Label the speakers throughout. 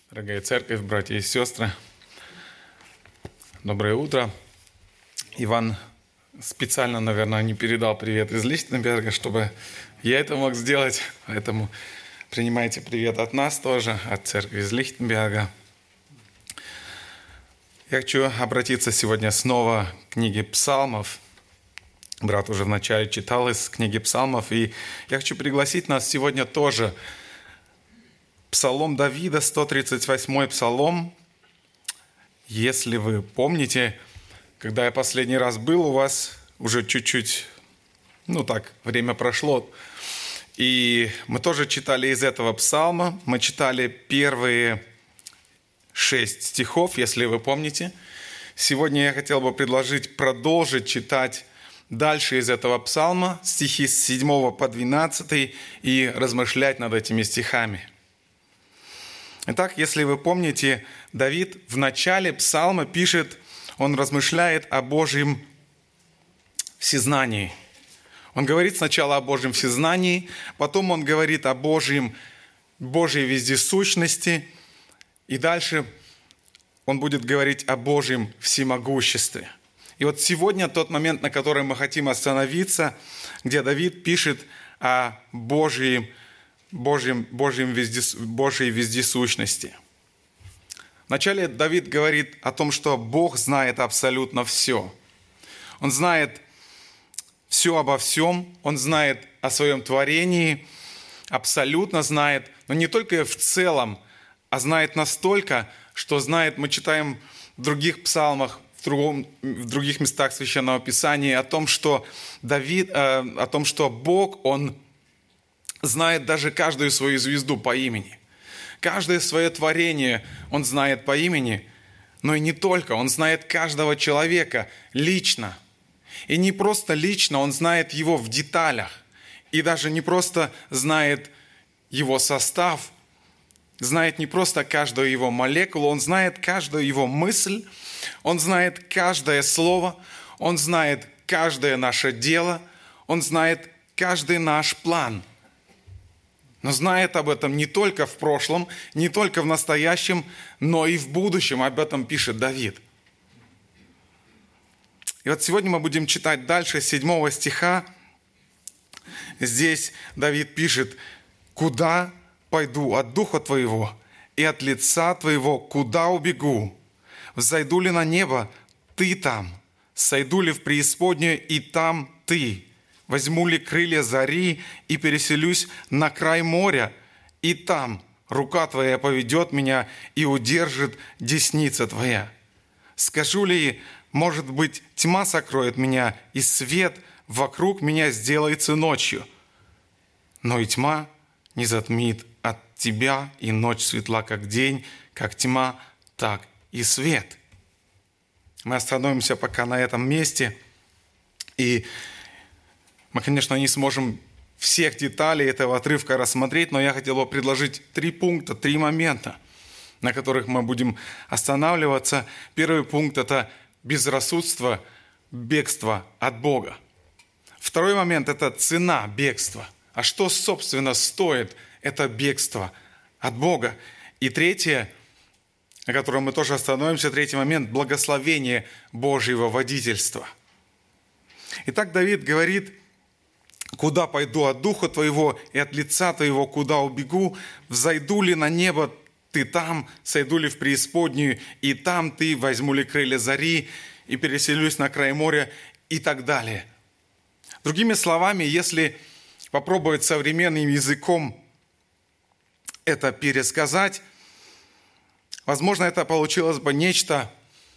Speaker 1: Дорогая церковь, братья и сестры, доброе утро. Иван специально, наверное, не передал привет из Лихтенберга, чтобы я это мог сделать. Поэтому принимайте привет от нас тоже, от церкви из Лихтенберга. Я хочу обратиться сегодня снова к книге Псалмов. Брат уже вначале читал из книги Псалмов, и я хочу пригласить нас сегодня тоже. Псалом Давида, 138-й псалом. Если вы помните, когда я последний раз был у вас, уже чуть-чуть, время прошло, и мы тоже читали из этого псалма, мы читали первые 6 стихов, если вы помните. Сегодня я хотел бы предложить продолжить читать дальше из этого псалма, стихи с 7 по 12, и размышлять над этими стихами. Итак, если вы помните, Давид в начале псалма пишет, он размышляет о Божьем всезнании. Он говорит сначала о Божьем всезнании, потом он говорит о Божьей вездесущности, и дальше он будет говорить о Божьем всемогуществе. И вот сегодня тот момент, на котором мы хотим остановиться, где Давид пишет о Божьей вездесущности. Вначале Давид говорит о том, что Бог знает абсолютно все. Он знает все обо всем, Он знает о своем творении, абсолютно знает, но не только в целом, а знает настолько, что знает, мы читаем в других псалмах, в других местах Священного Писания о том, что Бог, Он знает даже каждую свою звезду по имени. Каждое свое творение Он знает по имени, но и не только. Он знает каждого человека лично. И не просто лично, Он знает его в деталях. И даже не просто знает его состав, знает не просто каждую его молекулу, Он знает каждую его мысль, Он знает каждое слово, Он знает каждое наше дело, Он знает каждый наш план. Но знает об этом не только в прошлом, не только в настоящем, но и в будущем. Об этом пишет Давид. И вот сегодня мы будем читать дальше 7 стиха. Здесь Давид пишет: «Куда пойду от духа твоего, и от лица твоего куда убегу? Взойду ли на небо, ты там? Сойду ли в преисподнюю, и там ты? Возьму ли крылья зари и переселюсь на край моря, и там рука твоя поведет меня и удержит десница твоя? Скажу ли, может быть, тьма сокроет меня, и свет вокруг меня сделается ночью? Но и тьма не затмит от тебя, и ночь светла, как день, как тьма, так и свет». Мы остановимся пока на этом месте, и мы, конечно, не сможем всех деталей этого отрывка рассмотреть, но я хотел бы предложить 3 пункта, 3 момента, на которых мы будем останавливаться. Первый пункт – это безрассудство, бегство от Бога. Второй момент – это цена бегства. А что, собственно, стоит это бегство от Бога? И третье, на котором мы тоже остановимся, третий момент – благословение Божьего водительства. Итак, Давид говорит: «Куда пойду от духа твоего, и от лица твоего куда убегу? Взойду ли на небо, ты там? Сойду ли в преисподнюю, и там ты? Возьму ли крылья зари, и переселюсь на край моря?» И так далее. Другими словами, если попробовать современным языком это пересказать, возможно, это получилось бы нечто: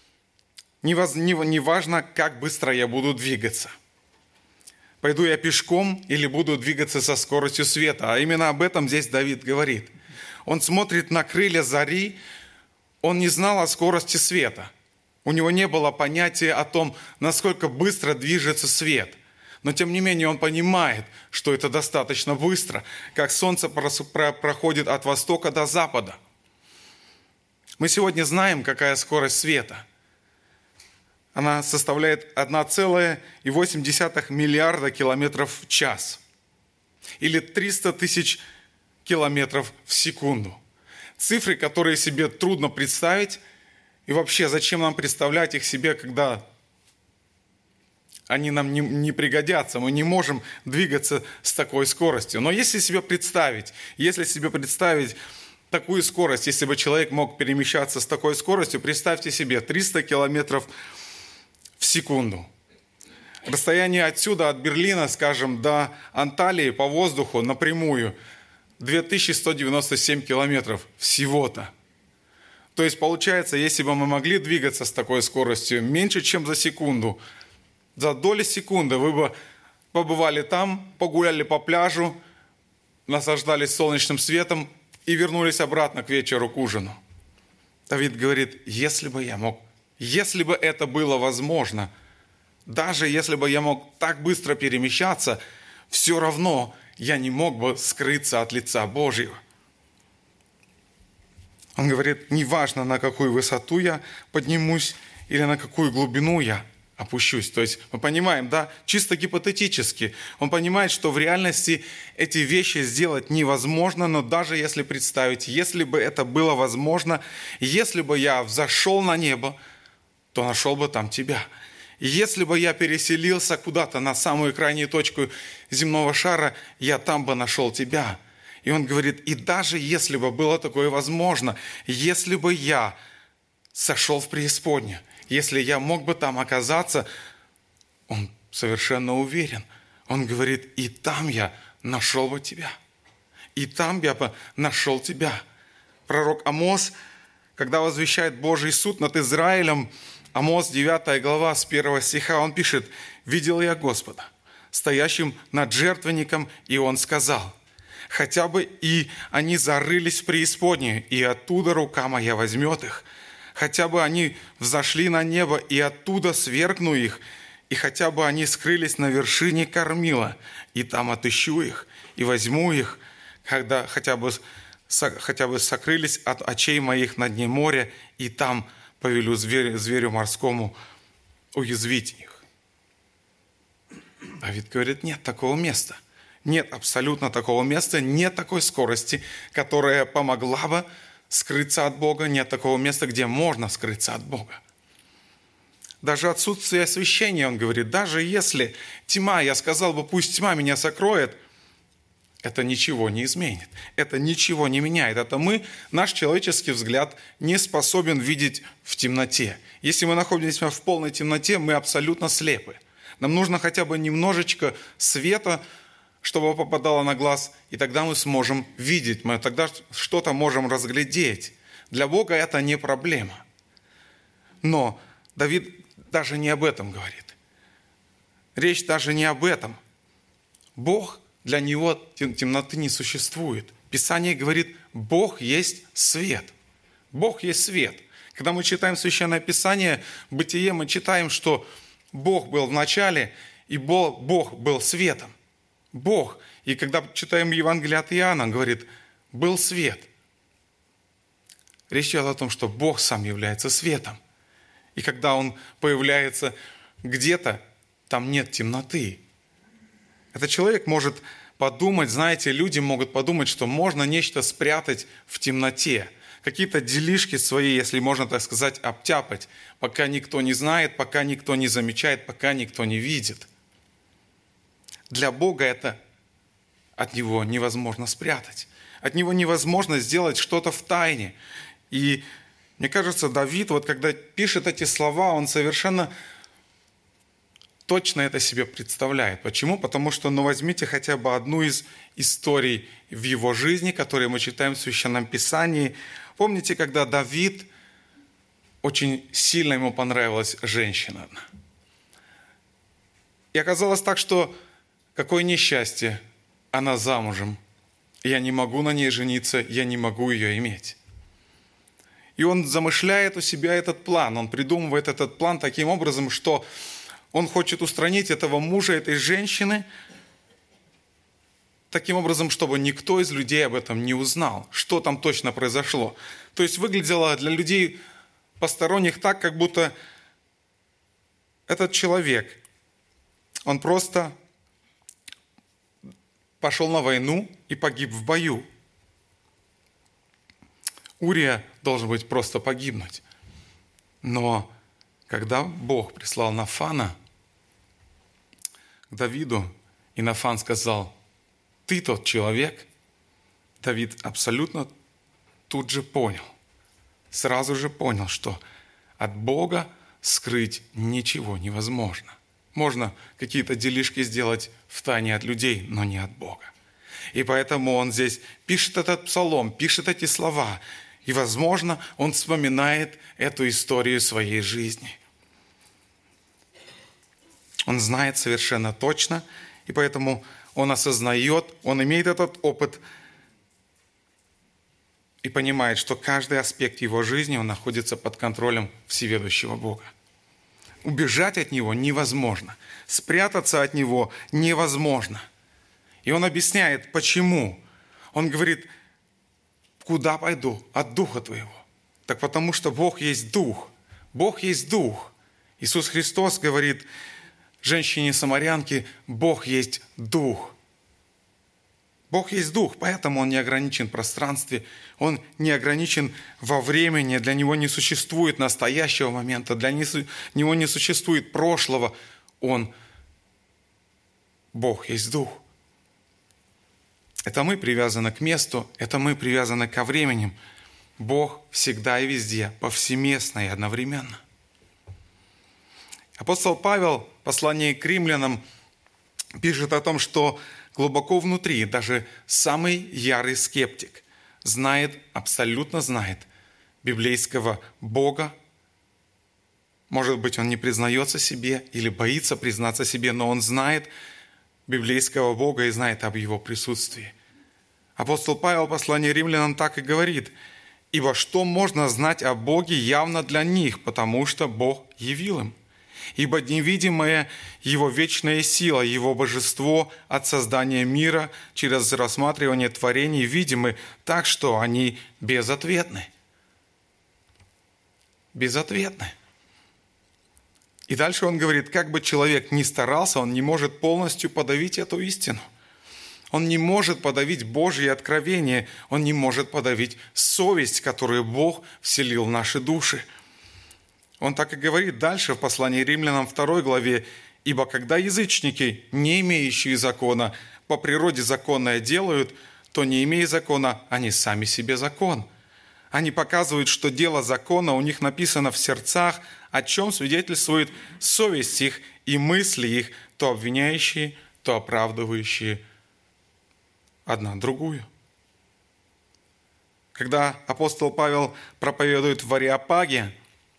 Speaker 1: неважно, как быстро я буду двигаться. Пойду я пешком или буду двигаться со скоростью света? А именно об этом здесь Давид говорит. Он смотрит на крылья зари, он не знал о скорости света. У него не было понятия о том, насколько быстро движется свет. Но тем не менее он понимает, что это достаточно быстро, как солнце проходит от востока до запада. Мы сегодня знаем, какая скорость света. Она составляет 1,8 миллиарда километров в час. Или 300 тысяч километров в секунду. цифры, которые себе трудно представить. И вообще, зачем нам представлять их себе, когда они нам не пригодятся, мы не можем двигаться с такой скоростью. Но если себе представить такую скорость, если бы человек мог перемещаться с такой скоростью, представьте себе 300 километров в секунду. Расстояние отсюда, от Берлина, скажем, до Анталии по воздуху напрямую 2197 километров всего-то. То есть получается, если бы мы могли двигаться с такой скоростью меньше, чем за секунду, за доли секунды вы бы побывали там, погуляли по пляжу, наслаждались солнечным светом и вернулись обратно к вечеру к ужину. Давид говорит, если бы я мог, если бы это было возможно, даже если бы я мог так быстро перемещаться, все равно я не мог бы скрыться от лица Божьего. Он говорит, неважно, на какую высоту я поднимусь или на какую глубину я опущусь. То есть мы понимаем, да, чисто гипотетически. Он понимает, что в реальности эти вещи сделать невозможно, но даже если представить, если бы это было возможно, если бы я взошел на небо, то нашел бы там тебя. Если бы я переселился куда-то на самую крайнюю точку земного шара, я там бы нашел тебя. И он говорит, и даже если бы было такое возможно, если бы я сошел в преисподнюю, если я мог бы там оказаться, он совершенно уверен. Он говорит, и там я нашел бы тебя. И там я бы нашел тебя. Пророк Амос, когда возвещает Божий суд над Израилем, Амос 9 глава с 1 стиха, он пишет, «Видел я Господа, стоящим над жертвенником, и Он сказал, хотя бы и они зарылись в преисподнюю, и оттуда рука моя возьмет их. Хотя бы они взошли на небо, и оттуда свергну их, и хотя бы они скрылись на вершине кормила, и там отыщу их, и возьму их, когда хотя бы сокрылись от очей моих на дне моря, и там повелю зверю морскому уязвить их». Давид говорит, нет такого места. Нет абсолютно такого места, нет такой скорости, которая помогла бы скрыться от Бога, нет такого места, где можно скрыться от Бога. Даже отсутствие освещения, он говорит, даже если тьма, я сказал бы, пусть тьма меня сокроет, это ничего не изменит, это ничего не меняет. Это наш человеческий взгляд не способен видеть в темноте. Если мы находимся в полной темноте, мы абсолютно слепы. Нам нужно хотя бы немножечко света, чтобы попадало на глаз, и тогда мы сможем видеть, мы тогда что-то можем разглядеть. Для Бога это не проблема. Но Давид даже не об этом говорит. Речь даже не об этом. Бог, для него темноты не существует. Писание говорит, Бог есть свет. Бог есть свет. Когда мы читаем Священное Писание, в Бытие мы читаем, что Бог был в начале, и Бог был светом. Бог. И когда читаем Евангелие от Иоанна, он говорит, был свет. Речь идет о том, что Бог сам является светом. И когда Он появляется где-то, там нет темноты. Этот человек может подумать, знаете, люди могут подумать, что можно нечто спрятать в темноте. Какие-то делишки свои, если можно так сказать, обтяпать, пока никто не знает, пока никто не замечает, пока никто не видит. Для Бога это от Него невозможно спрятать. От Него невозможно сделать что-то в тайне. И мне кажется, Давид, вот когда пишет эти слова, он совершенно точно это себе представляет. Почему? Потому что, возьмите хотя бы одну из историй в его жизни, которые мы читаем в Священном Писании. Помните, когда Давид, очень сильно ему понравилась женщина. И оказалось так, что какое несчастье, она замужем. Я не могу на ней жениться, я не могу ее иметь. И он замышляет у себя этот план, он придумывает этот план таким образом, что он хочет устранить этого мужа, этой женщины, таким образом, чтобы никто из людей об этом не узнал, что там точно произошло. То есть выглядело для людей посторонних так, как будто этот человек, он просто пошел на войну и погиб в бою. Урия должен быть просто погибнуть. Но когда Бог прислал Нафана к Давиду, и Нафан сказал: «Ты тот человек», Давид абсолютно тут же понял, сразу же понял, что от Бога скрыть ничего невозможно. Можно какие-то делишки сделать в тайне от людей, но не от Бога. И поэтому он здесь пишет этот псалом, пишет эти слова. И, возможно, он вспоминает эту историю своей жизни. Он знает совершенно точно, и поэтому он осознает, он имеет этот опыт и понимает, что каждый аспект его жизни, он находится под контролем всеведущего Бога. Убежать от него невозможно, спрятаться от него невозможно. И он объясняет, почему. Он говорит: куда пойду? От Духа Твоего. Так потому что Бог есть Дух. Бог есть Дух. Иисус Христос говорит женщине-самарянке: Бог есть Дух. Бог есть Дух, поэтому Он не ограничен в пространстве, Он не ограничен во времени, для Него не существует настоящего момента, для Него не существует прошлого. Бог есть Дух. Это мы привязаны к месту, это мы привязаны ко времени. Бог всегда и везде, повсеместно и одновременно. Апостол Павел в послании к римлянам пишет о том, что глубоко внутри даже самый ярый скептик абсолютно знает библейского Бога. Может быть, он не признается себе или боится признаться себе, но он знает библейского Бога и знает об Его присутствии. Апостол Павел в послании римлянам так и говорит: «Ибо что можно знать о Боге явно для них, потому что Бог явил им? Ибо невидимая Его вечная сила, Его божество от создания мира через рассматривание творений видимы, так что они безответны». Безответны. И дальше он говорит, как бы человек ни старался, он не может полностью подавить эту истину. Он не может подавить Божье откровение, он не может подавить совесть, которую Бог вселил в наши души. Он так и говорит дальше в послании римлянам 2 главе: «Ибо когда язычники, не имеющие закона, по природе законное делают, то, не имея закона, они сами себе закон. Они показывают, что дело закона у них написано в сердцах, о чем свидетельствует совесть их и мысли их, то обвиняющие, то оправдывающие одна другую». Когда апостол Павел проповедует в Ареопаге,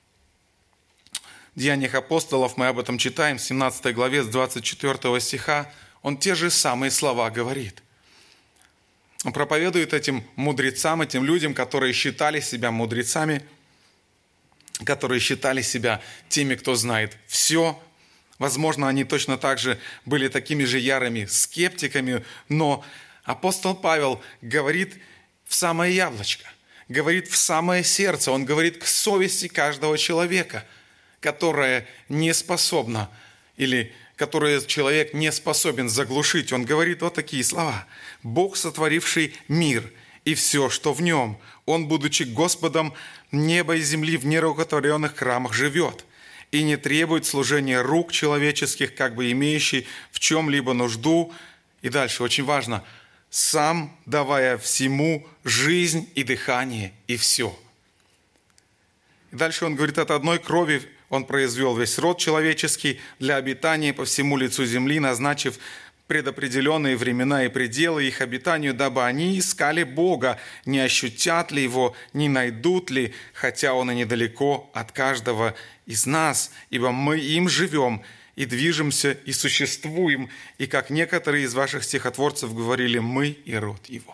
Speaker 1: в Деяниях апостолов, мы об этом читаем, в 17 главе с 24 стиха, он те же самые слова говорит. Он проповедует этим мудрецам, этим людям, которые считали себя мудрецами, которые считали себя теми, кто знает все. Возможно, они точно так же были такими же ярыми скептиками, но апостол Павел говорит в самое яблочко, говорит в самое сердце, он говорит к совести каждого человека, которая не способна или которое человек не способен заглушить. Он говорит вот такие слова: «Бог, сотворивший мир и все, что в нем, Он, будучи Господом неба и земли, в нерукотворенных храмах живет и не требует служения рук человеческих, как бы имеющий в чем-либо нужду». И дальше очень важно: «Сам давая всему жизнь и дыхание и все». И дальше он говорит: «От одной крови Он произвел весь род человеческий для обитания по всему лицу земли, назначив предопределенные времена и пределы их обитанию, дабы они искали Бога, не ощутят ли Его, не найдут ли, хотя Он и недалеко от каждого из нас, ибо мы им живем и движемся и существуем, и, как некоторые из ваших стихотворцев говорили, мы и род Его».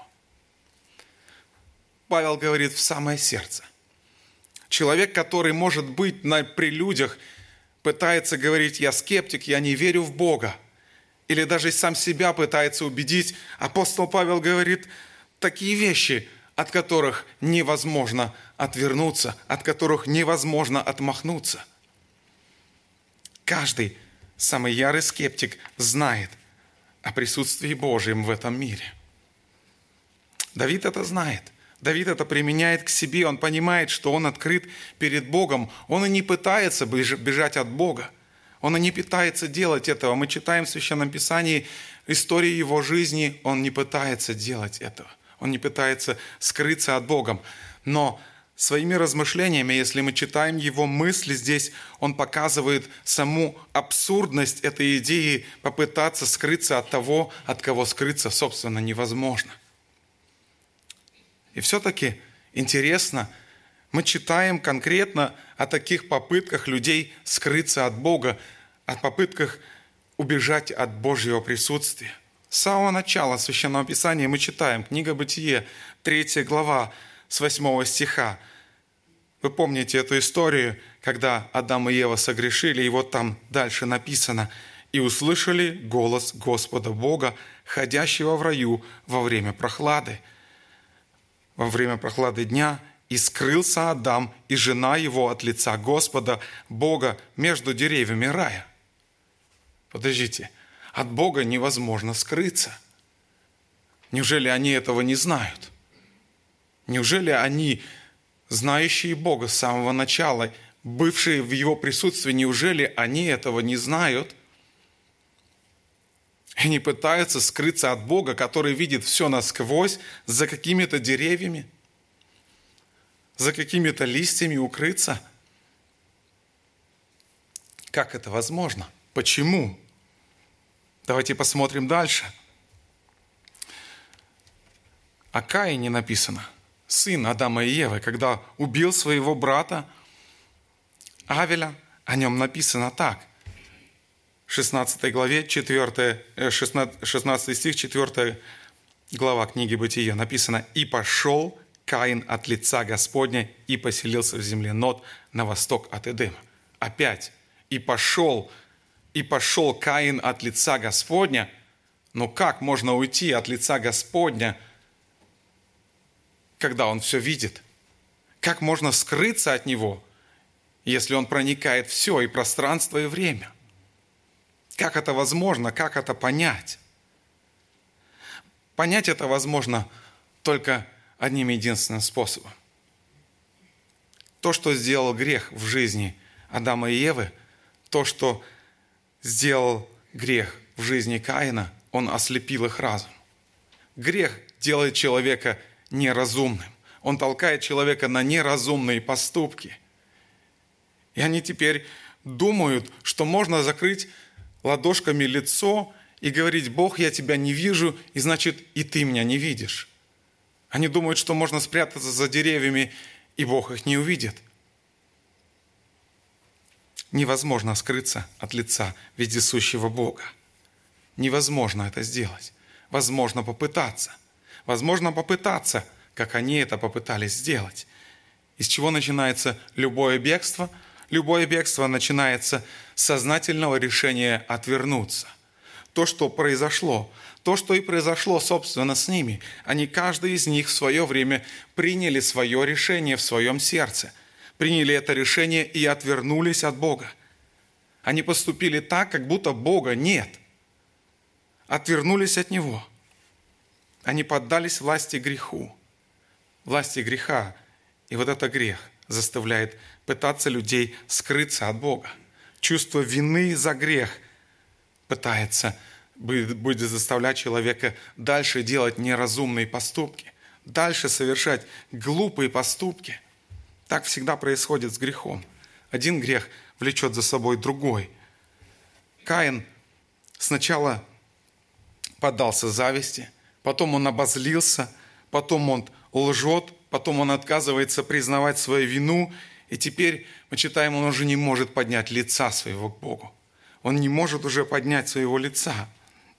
Speaker 1: Павел говорит в самое сердце. Человек, который, может быть, на прелюдях пытается говорить: «Я скептик, я не верю в Бога», или даже сам себя пытается убедить, апостол Павел говорит такие вещи, от которых невозможно отвернуться, от которых невозможно отмахнуться. Каждый самый ярый скептик знает о присутствии Божьем в этом мире. Давид это знает. Давид это применяет к себе. Он понимает, что он открыт перед Богом. Он и не пытается бежать от Бога. Он и не пытается делать этого. Мы читаем в Священном Писании истории его жизни. Он не пытается делать этого. Он не пытается скрыться от Бога. Но своими размышлениями, если мы читаем его мысли здесь, он показывает саму абсурдность этой идеи попытаться скрыться от того, от кого скрыться, собственно, невозможно. И все-таки интересно, мы читаем конкретно о таких попытках людей скрыться от Бога, о попытках убежать от Божьего присутствия. С самого начала Священного Писания мы читаем, книга Бытие, 3 глава, с 8 стиха. Вы помните эту историю, когда Адам и Ева согрешили, и вот там дальше написано: «И услышали голос Господа Бога, ходящего в раю во время прохлады дня, и скрылся Адам и жена его от лица Господа Бога между деревьями рая». Подождите, от Бога невозможно скрыться. Неужели они этого не знают? Неужели они, знающие Бога с самого начала, бывшие в Его присутствии, неужели они этого не знают? И не пытаются скрыться от Бога, который видит все насквозь, за какими-то деревьями, за какими-то листьями укрыться? Как это возможно? Почему? Давайте посмотрим дальше. О Каине написано, сын Адама и Евы, когда убил своего брата Авеля, о нем написано так. В 16 главе, 16 стих, 4 глава книги Бытия написано: «И пошел Каин от лица Господня и поселился в земле Нод на восток от Эдема». Опять, и пошел Каин от лица Господня. Но как можно уйти от лица Господня, когда он все видит? Как можно скрыться от него, если он проникает в все, и пространство, и время? Как это возможно? Как это понять? Понять это возможно только одним единственным способом. То, что сделал грех в жизни Адама и Евы, то, что сделал грех в жизни Каина, он ослепил их разум. Грех делает человека неразумным. Он толкает человека на неразумные поступки. И они теперь думают, что можно закрыть ладошками лицо и говорить: «Бог, я тебя не вижу, и значит, и ты меня не видишь». Они думают, что можно спрятаться за деревьями, и Бог их не увидит. Невозможно скрыться от лица вездесущего Бога. Невозможно это сделать. Возможно попытаться. Возможно попытаться, как они это попытались сделать. Из чего начинается любое бегство? Любое бегство начинается с сознательного решения отвернуться. То, что произошло, то, что и произошло, собственно, с ними. Они, каждый из них в свое время приняли свое решение в своем сердце. Приняли это решение и отвернулись от Бога. Они поступили так, как будто Бога нет. Отвернулись от Него. Они поддались власти греху. Власти греха. И вот это грех заставляет пытаться людей скрыться от Бога. Чувство вины за грех будет заставлять человека дальше делать неразумные поступки, дальше совершать глупые поступки. Так всегда происходит с грехом. Один грех влечет за собой другой. Каин сначала поддался зависти, потом он обозлился, потом он лжет, потом он отказывается признавать свою вину, и теперь, мы читаем, он уже не может поднять лица своего к Богу. Он не может уже поднять своего лица.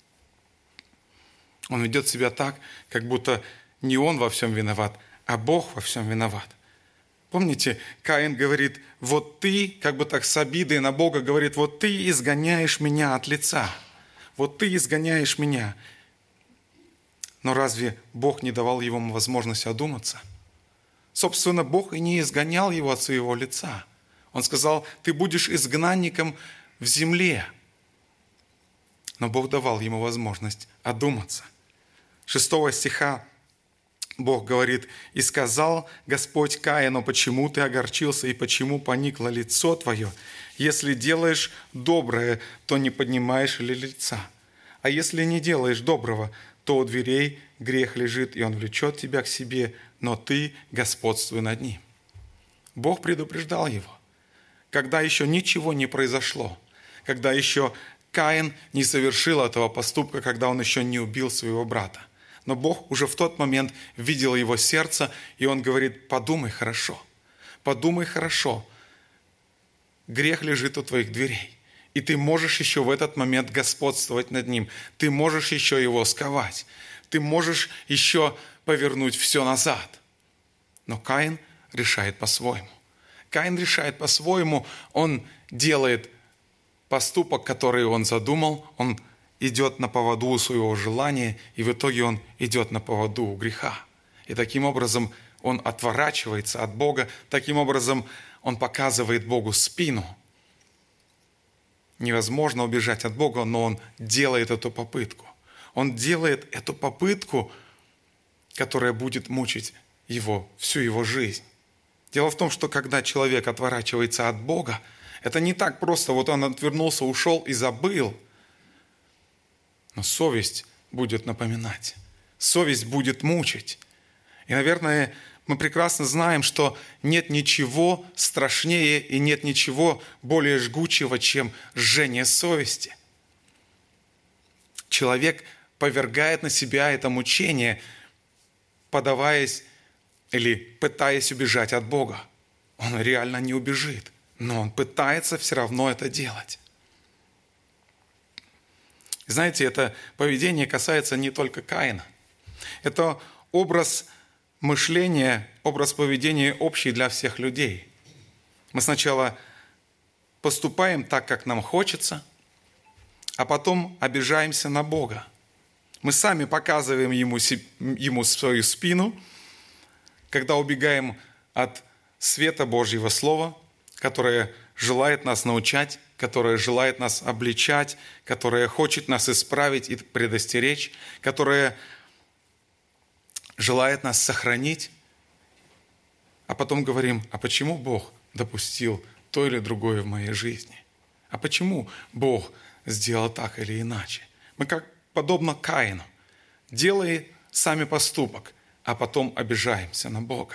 Speaker 1: Он ведет себя так, как будто не он во всем виноват, а Бог во всем виноват. Помните, Каин говорит: вот ты, как бы так с обидой на Бога говорит: вот ты изгоняешь меня от лица. Вот ты изгоняешь меня. Но разве Бог не давал ему возможность одуматься? Собственно, Бог и не изгонял его от своего лица. Он сказал: ты будешь изгнанником в земле. Но Бог давал ему возможность одуматься. 6 стиха Бог говорит: «И сказал Господь Каину: почему ты огорчился и почему поникло лицо твое? Если делаешь доброе, то не поднимаешь ли лица? А если не делаешь доброго, то у дверей грех лежит, и он влечет тебя к себе, но ты господствуй над ним». Бог предупреждал его, когда еще ничего не произошло, когда еще Каин не совершил этого поступка, когда он еще не убил своего брата. Но Бог уже в тот момент видел его сердце, и Он говорит: подумай хорошо, грех лежит у твоих дверей, и ты можешь еще в этот момент господствовать над ним, ты можешь еще его сковать, ты можешь еще повернуть все назад. Но Каин решает по-своему. Он делает поступок, который он задумал, он идет на поводу у своего желания, и в итоге он идет на поводу у греха. И таким образом он отворачивается от Бога, таким образом он показывает Богу спину. Невозможно убежать от Бога, но он делает эту попытку. Он делает эту попытку, которая будет мучить его всю его жизнь. Дело в том, что когда человек отворачивается от Бога, это не так просто, вот он отвернулся, ушел и забыл. Но совесть будет напоминать, совесть будет мучить. И, наверное, мы прекрасно знаем, что нет ничего страшнее и нет ничего более жгучего, чем жжение совести. Человек повергает на себя это мучение, подаваясь или пытаясь убежать от Бога. Он реально не убежит, но он пытается все равно это делать. Знаете, это поведение касается не только Каина. Это образ мышления, образ поведения общий для всех людей. Мы сначала поступаем так, как нам хочется, а потом обижаемся на Бога. Мы сами показываем ему свою спину, когда убегаем от света Божьего Слова, которое желает нас научать, которое желает нас обличать, которое хочет нас исправить и предостеречь, которое желает нас сохранить. А потом говорим: а почему Бог допустил то или другое в моей жизни? А почему Бог сделал так или иначе? Мы как подобно Каину, делаем сами поступок, а потом обижаемся на Бога.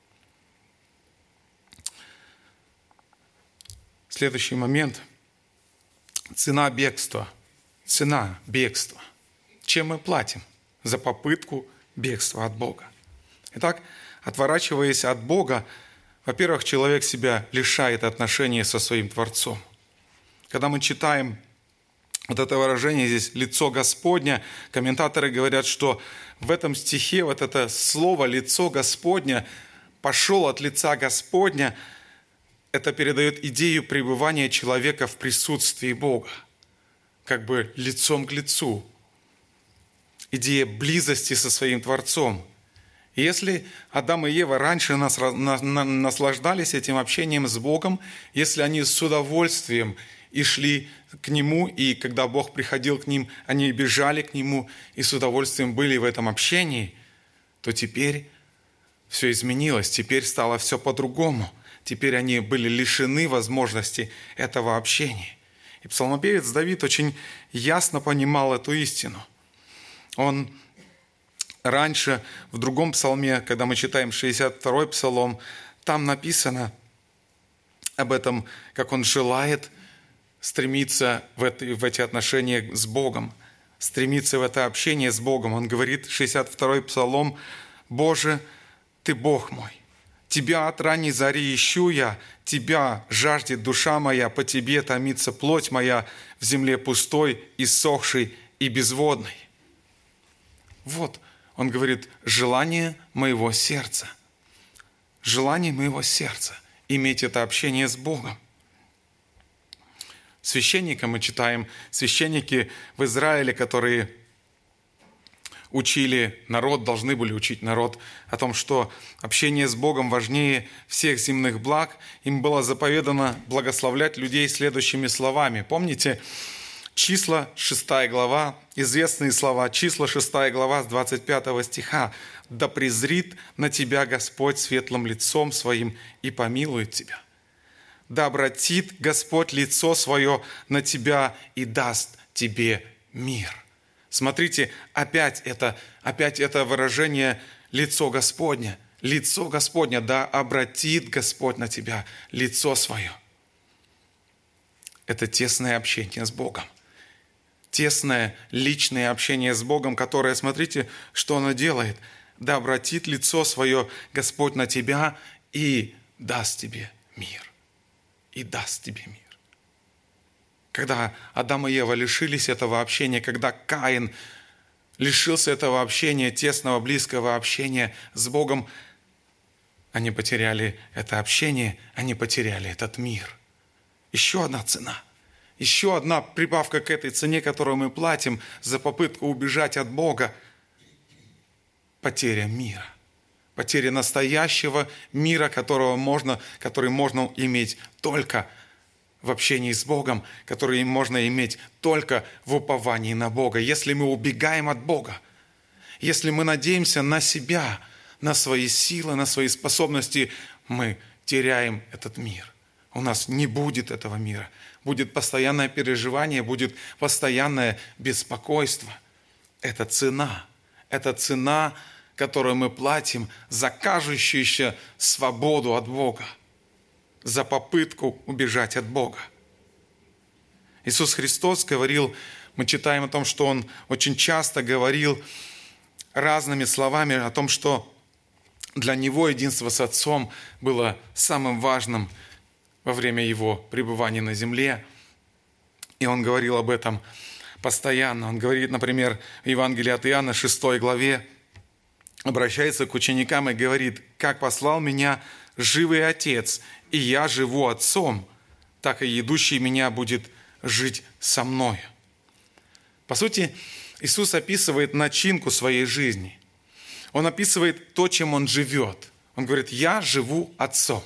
Speaker 1: Следующий момент – цена бегства. Цена бегства. Чем мы платим за попытку бегства от Бога? Итак, отворачиваясь от Бога, во-первых, человек себя лишает отношения со своим Творцом. Когда мы читаем вот это выражение здесь «лицо Господня», комментаторы говорят, что в этом стихе вот это слово «лицо Господня», «пошел от лица Господня», это передает идею пребывания человека в присутствии Бога, как бы лицом к лицу. Идея близости со своим Творцом. И если Адам и Ева раньше наслаждались этим общением с Богом, если они с удовольствием и шли к Нему, и когда Бог приходил к ним, они бежали к Нему и с удовольствием были в этом общении, то теперь все изменилось, теперь стало все по-другому. Теперь они были лишены возможности этого общения. И псалмопевец Давид очень ясно понимал эту истину. Он раньше в другом псалме, когда мы читаем 62-й псалом, там написано об этом, как он желает стремиться в эти отношения с Богом, стремиться в это общение с Богом. Он говорит, 62-й псалом: «Боже, Ты Бог мой, Тебя от ранней зари ищу я, Тебя жаждет душа моя, по Тебе томится плоть моя в земле пустой, иссохшей и безводной». Вот, он говорит, желание моего сердца иметь это общение с Богом. Священника мы читаем, священники в Израиле, которые учили народ, должны были учить народ о том, что общение с Богом важнее всех земных благ. Им было заповедано благословлять людей следующими словами. Помните, Числа 6 глава, известные слова, Числа 6 глава с 25 стиха. да презрит на тебя Господь светлым лицом своим и помилует тебя. Да обратит Господь лицо свое на тебя и даст тебе мир». Смотрите, опять это выражение «лицо Господне». Лицо Господне, да обратит Господь на тебя лицо свое. Это тесное общение с Богом. Тесное личное общение с Богом, которое, смотрите, что оно делает. Да обратит лицо свое Господь на тебя и даст тебе мир. И даст тебе мир. Когда Адам и Ева лишились этого общения, когда Каин лишился этого общения, тесного, близкого общения с Богом, они потеряли это общение, они потеряли этот мир. Еще одна цена. Еще одна прибавка к этой цене, которую мы платим за попытку убежать от Бога. Потеря мира. Потеря настоящего мира, который можно иметь только в общении с Богом, который можно иметь только в уповании на Бога. Если мы убегаем от Бога, если мы надеемся на себя, на свои силы, на свои способности, мы теряем этот мир. У нас не будет этого мира. Будет постоянное переживание, будет постоянное беспокойство. Это цена, которую мы платим за кажущуюся свободу от Бога, за попытку убежать от Бога. Иисус Христос говорил, мы читаем о том, что Он очень часто говорил разными словами о том, что для Него единство с Отцом было самым важным во время Его пребывания на земле. И Он говорил об этом постоянно. Он говорит, например, в Евангелии от Иоанна, 6 главе, обращается к ученикам и говорит: «Как послал меня живый Отец, и я живу Отцом, так и идущий меня будет жить со мною». По сути, Иисус описывает начинку своей жизни. Он описывает то, чем Он живет. Он говорит: «Я живу Отцом».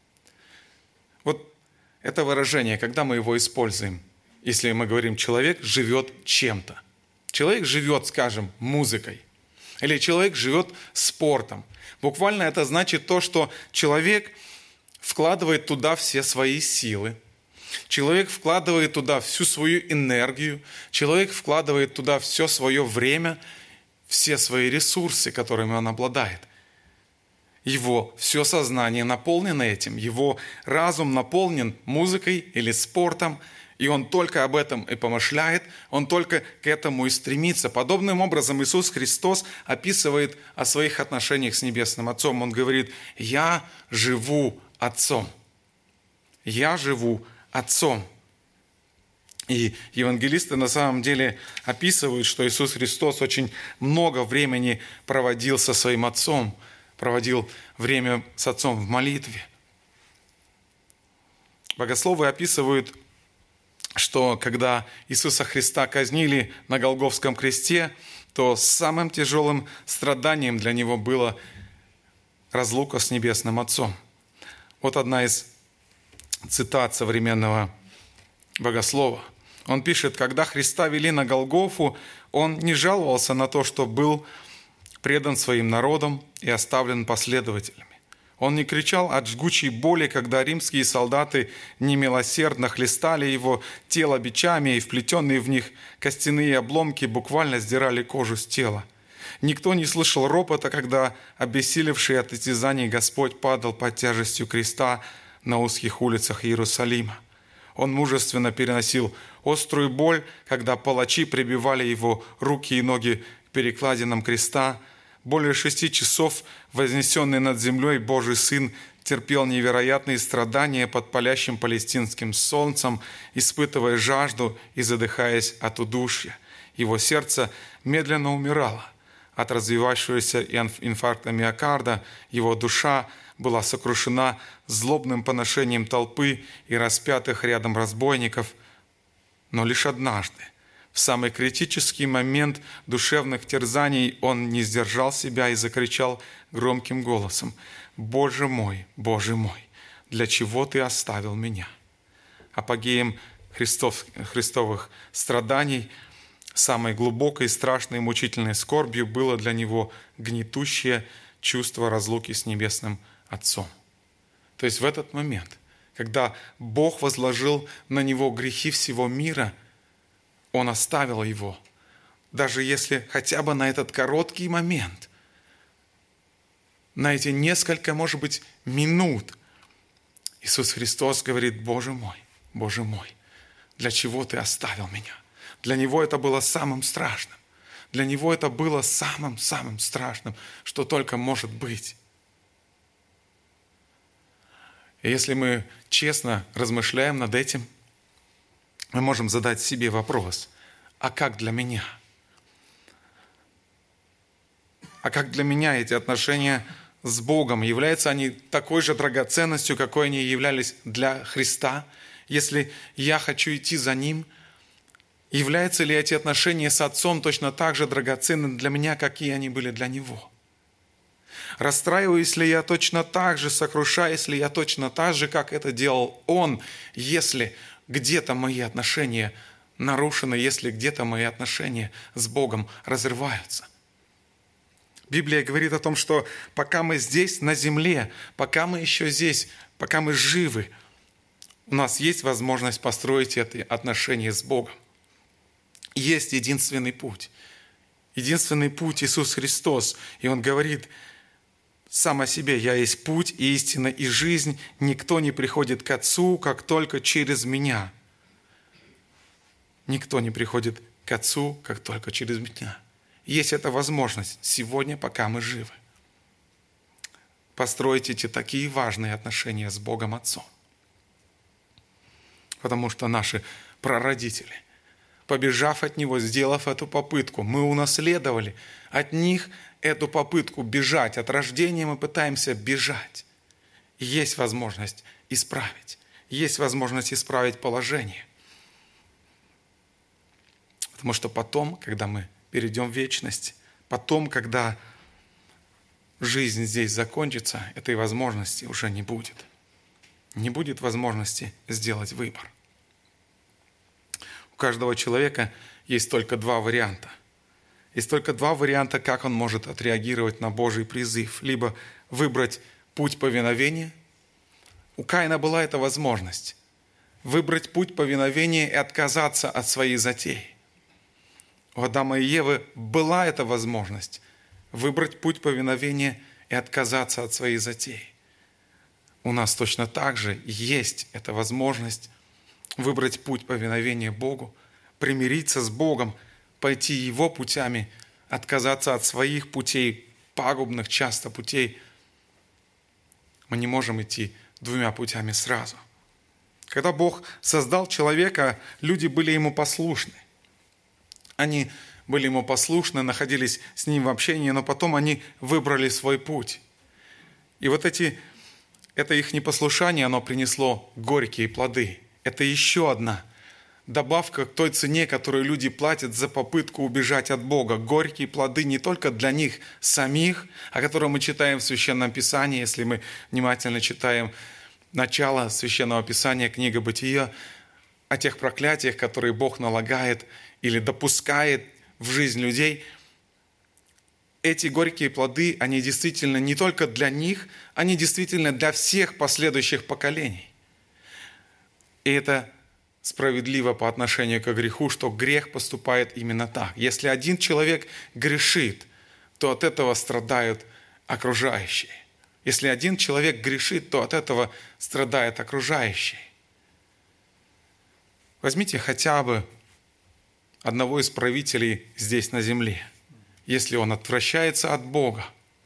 Speaker 1: Вот это выражение, когда мы его используем, если мы говорим, человек живет чем-то. Человек живет, скажем, музыкой. Или человек живет спортом. Буквально это значит то, что человек вкладывает туда все свои силы. Человек вкладывает туда всю свою энергию. Человек вкладывает туда все свое время, все свои ресурсы, которыми он обладает. Его все сознание наполнено этим. Его разум наполнен музыкой или спортом. И он только об этом и помышляет, он только к этому и стремится. Подобным образом Иисус Христос описывает о своих отношениях с Небесным Отцом. Он говорит: «Я живу Отцом». «Я живу Отцом». И евангелисты на самом деле описывают, что Иисус Христос очень много времени проводил со своим Отцом, проводил время с Отцом в молитве. Богословы описывают, что когда Иисуса Христа казнили на Голгофском кресте, то самым тяжелым страданием для Него было разлука с Небесным Отцом. Вот одна из цитат современного богослова. Он пишет: «Когда Христа вели на Голгофу, Он не жаловался на то, что был предан своим народом и оставлен последователями. Он не кричал от жгучей боли, когда римские солдаты немилосердно хлестали его тело бичами, и вплетенные в них костяные обломки буквально сдирали кожу с тела. Никто не слышал ропота, когда обессилевший от истязаний Господь падал под тяжестью креста на узких улицах Иерусалима. Он мужественно переносил острую боль, когда палачи прибивали его руки и ноги к перекладинам креста. Более 6 часов, вознесенный над землей, Божий Сын терпел невероятные страдания под палящим палестинским солнцем, испытывая жажду и задыхаясь от удушья. Его сердце медленно умирало от развивающегося инфаркта миокарда, его душа была сокрушена злобным поношением толпы и распятых рядом разбойников. Но лишь однажды, в самый критический момент душевных терзаний, он не сдержал себя и закричал громким голосом: Боже мой, для чего ты оставил меня?» Апогеем христовых страданий самой глубокой, страшной и мучительной скорбью было для него гнетущее чувство разлуки с Небесным Отцом. То есть в этот момент, когда Бог возложил на него грехи всего мира, он оставил его. Даже если хотя бы на этот короткий момент, на эти несколько, может быть, минут, Иисус Христос говорит: Боже мой, для чего Ты оставил меня? Для Него это было самым страшным. Для Него это было самым страшным, что только может быть. И если мы честно размышляем над этим, мы можем задать себе вопрос: а как для меня? А как для меня эти отношения с Богом? Являются они такой же драгоценностью, какой они являлись для Христа? Если я хочу идти за Ним, являются ли эти отношения с Отцом точно так же драгоценны для меня, какие они были для Него? Расстраиваюсь ли я точно так же, сокрушаюсь ли я точно так же, как это делал Он, если где-то мои отношения нарушены, если где-то мои отношения с Богом разрываются? Библия говорит о том, что пока мы здесь, на земле, пока мы еще здесь, пока мы живы, у нас есть возможность построить эти отношения с Богом. Есть единственный путь. Единственный путь Иисус Христос. И Он говорит сам о себе: «Я есть путь, и истина, и жизнь. Никто не приходит к Отцу, как только через Меня». Никто не приходит к Отцу, как только через Меня. Есть эта возможность сегодня, пока мы живы, построить эти такие важные отношения с Богом Отцом. Потому что наши прародители, побежав от Него, сделав эту попытку, мы унаследовали от них эту попытку бежать. От рождения мы пытаемся бежать. И есть возможность исправить. Есть возможность исправить положение. Потому что потом, когда мы перейдем в вечность, потом, когда жизнь здесь закончится, этой возможности уже не будет. Не будет возможности сделать выбор. У каждого человека есть только два варианта. Есть только два варианта, как он может отреагировать на Божий призыв. Либо выбрать путь повиновения. У Каина была эта возможность. Выбрать путь повиновения и отказаться от своей затеи. У Адама и Евы была эта возможность выбрать путь повиновения и отказаться от своей затеи. У нас точно так же есть эта возможность выбрать путь повиновения Богу, примириться с Богом, пойти Его путями, отказаться от своих путей, пагубных часто путей. Мы не можем идти двумя путями сразу. Когда Бог создал человека, люди были Ему послушны. Они были Ему послушны, находились с Ним в общении, но потом они выбрали свой путь. И вот это их непослушание, оно принесло горькие плоды. Это еще одна добавка к той цене, которую люди платят за попытку убежать от Бога. Горькие плоды не только для них самих, о которых мы читаем в Священном Писании, если мы внимательно читаем начало Священного Писания, книга Бытия, о тех проклятиях, которые Бог налагает или допускает в жизнь людей. Эти горькие плоды, они действительно не только для них, они действительно для всех последующих поколений. И это справедливо по отношению к греху, что грех поступает именно так. Если один человек грешит, то от этого страдают окружающие. Если один человек грешит, то от этого страдают окружающие. Возьмите хотя бы одного из правителей здесь на земле. Если он отвращается от Бога,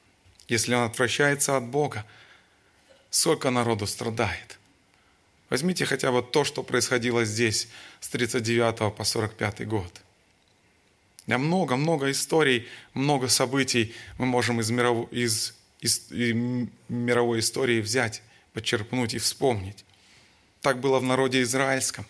Speaker 1: сколько народу страдает. Возьмите хотя бы то, что происходило здесь с 39 по 45 год. Много историй, много событий мы можем из мировой истории взять, подчерпнуть и вспомнить. Так было в народе израильском.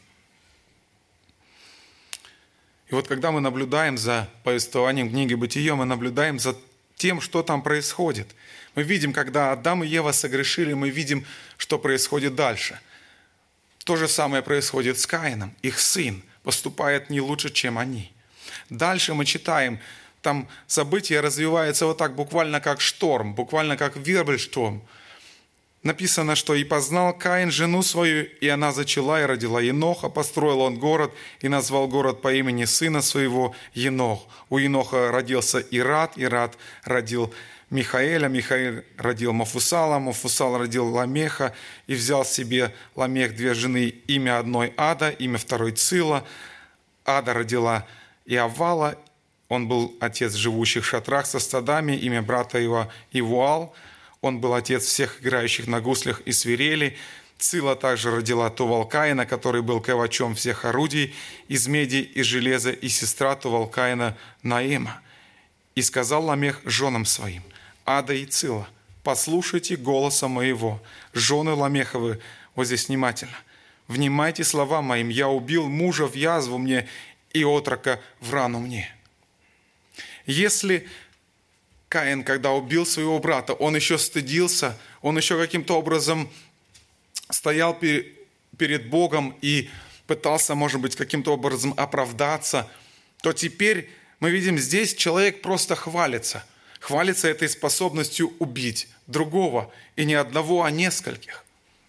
Speaker 1: И вот когда мы наблюдаем за повествованием книги Бытия, мы наблюдаем за тем, что там происходит. Мы видим, когда Адам и Ева согрешили, мы видим, что происходит дальше. То же самое происходит с Каином. Их сын поступает не лучше, чем они. Дальше мы читаем, там события развиваются вот так, буквально как шторм, буквально как вирбельшторм. Написано, что «И познал Каин жену свою, и она зачала и родила Еноха, построил он город и назвал город по имени сына своего Енох. У Еноха родился Ирад, Ирад родил Михаэля, Михаэль родил Мафусала, Мафусал родил Ламеха, и взял себе Ламех две жены, имя одной Ада, имя второй Цила. Ада родила Иавала, он был отец живущих в шатрах со стадами, имя брата его Ивуал, он был отец всех играющих на гуслях и свирели. Цила также родила Тувал-Каина, который был ковачом всех орудий из меди и железа, и сестра Тувал-Каина Наима. И сказал Ламех женам своим: Ада и Цила, послушайте голоса моего, жены Ламеховы, вот здесь внимательно. Внимайте словам моим, я убил мужа в язву мне и отрока в рану мне. Если Каин, когда убил своего брата, он еще стыдился, он еще каким-то образом стоял перед Богом и пытался, может быть, каким-то образом оправдаться, то теперь мы видим, здесь человек просто хвалится. Хвалится этой способностью убить другого, и не одного, а нескольких.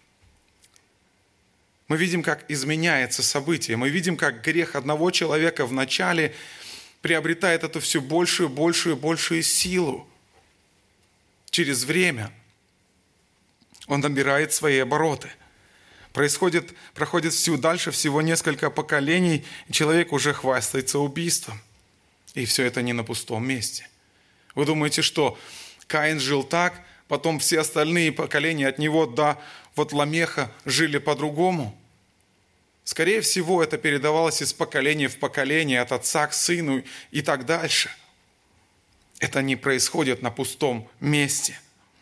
Speaker 1: Мы видим, как изменяется событие. Мы видим, как грех одного человека вначале приобретает эту все большую, большую, большую силу. Через время он набирает свои обороты. Проходит дальше всего несколько поколений, и человек уже хвастается убийством. И все это не на пустом месте. Вы думаете, что Каин жил так, потом все остальные поколения от него до Ламеха жили по-другому? Скорее всего, это передавалось из поколения в поколение, от отца к сыну и так дальше. Это не происходит на пустом месте.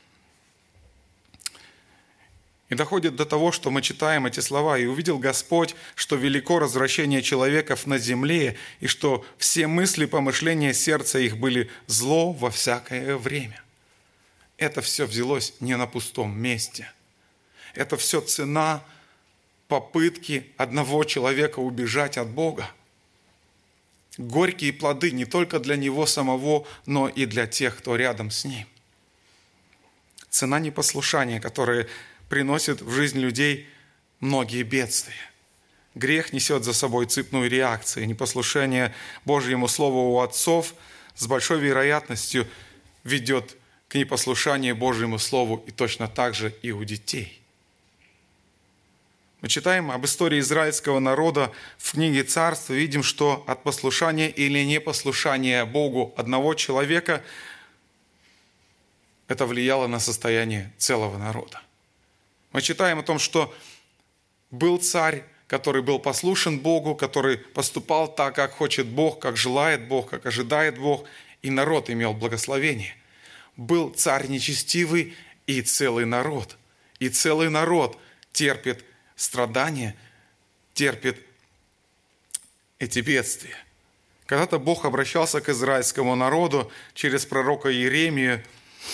Speaker 1: И доходит до того, что мы читаем эти слова. «И увидел Господь, что велико развращение человеков на земле, и что все мысли, помышления сердца их были зло во всякое время». Это все взялось не на пустом месте. Это все цена попытки одного человека убежать от Бога. Горькие плоды не только для него самого, но и для тех, кто рядом с ним. Цена непослушания, которая приносит в жизнь людей многие бедствия. Грех несет за собой цепную реакцию. Непослушание Божьему Слову у отцов с большой вероятностью ведет к непослушанию Божьему Слову и точно так же и у детей. Мы читаем об истории израильского народа в книге Царств, видим, что от послушания или непослушания Богу одного человека это влияло на состояние целого народа. Мы читаем о том, что был царь, который был послушен Богу, который поступал так, как хочет Бог, как желает Бог, как ожидает Бог, и народ имел благословение. Был царь нечестивый и целый народ. И целый народ терпит страдания, терпит эти бедствия. Когда-то Бог обращался к израильскому народу через пророка Иеремию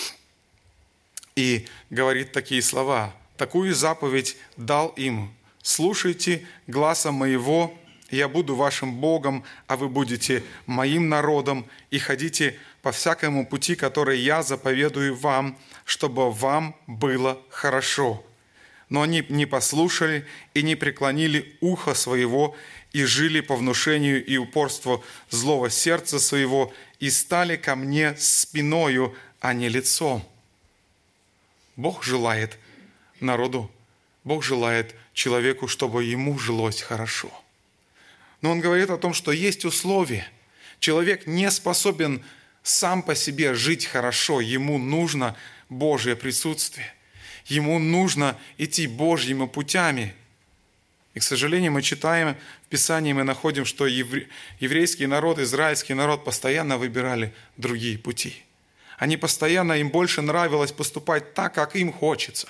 Speaker 1: и говорит такие слова: «Такую заповедь дал им: слушайте гласа моего, я буду вашим Богом, а вы будете моим народом, и ходите по всякому пути, который я заповедую вам, чтобы вам было хорошо». Но они не послушали и не преклонили ухо своего, и жили по внушению и упорству злого сердца своего, и стали ко мне спиною, а не лицом. Бог желает народу, Бог желает человеку, чтобы ему жилось хорошо. Но Он говорит о том, что есть условия. Человек не способен сам по себе жить хорошо, ему нужно Божье присутствие. Ему нужно идти Божьими путями. И, к сожалению, мы читаем в Писании, мы находим, что еврейский народ, израильский народ постоянно выбирали другие пути. Они постоянно, им больше нравилось поступать так, как им хочется.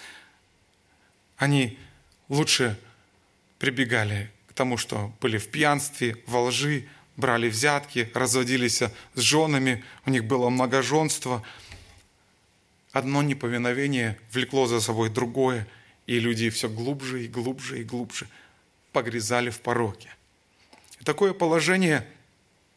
Speaker 1: Они лучше прибегали к тому, что были в пьянстве, во лжи, брали взятки, разводились с женами, у них было многоженство. Одно неповиновение влекло за собой другое, и люди все глубже и глубже и глубже погрязали в пороке. И такое положение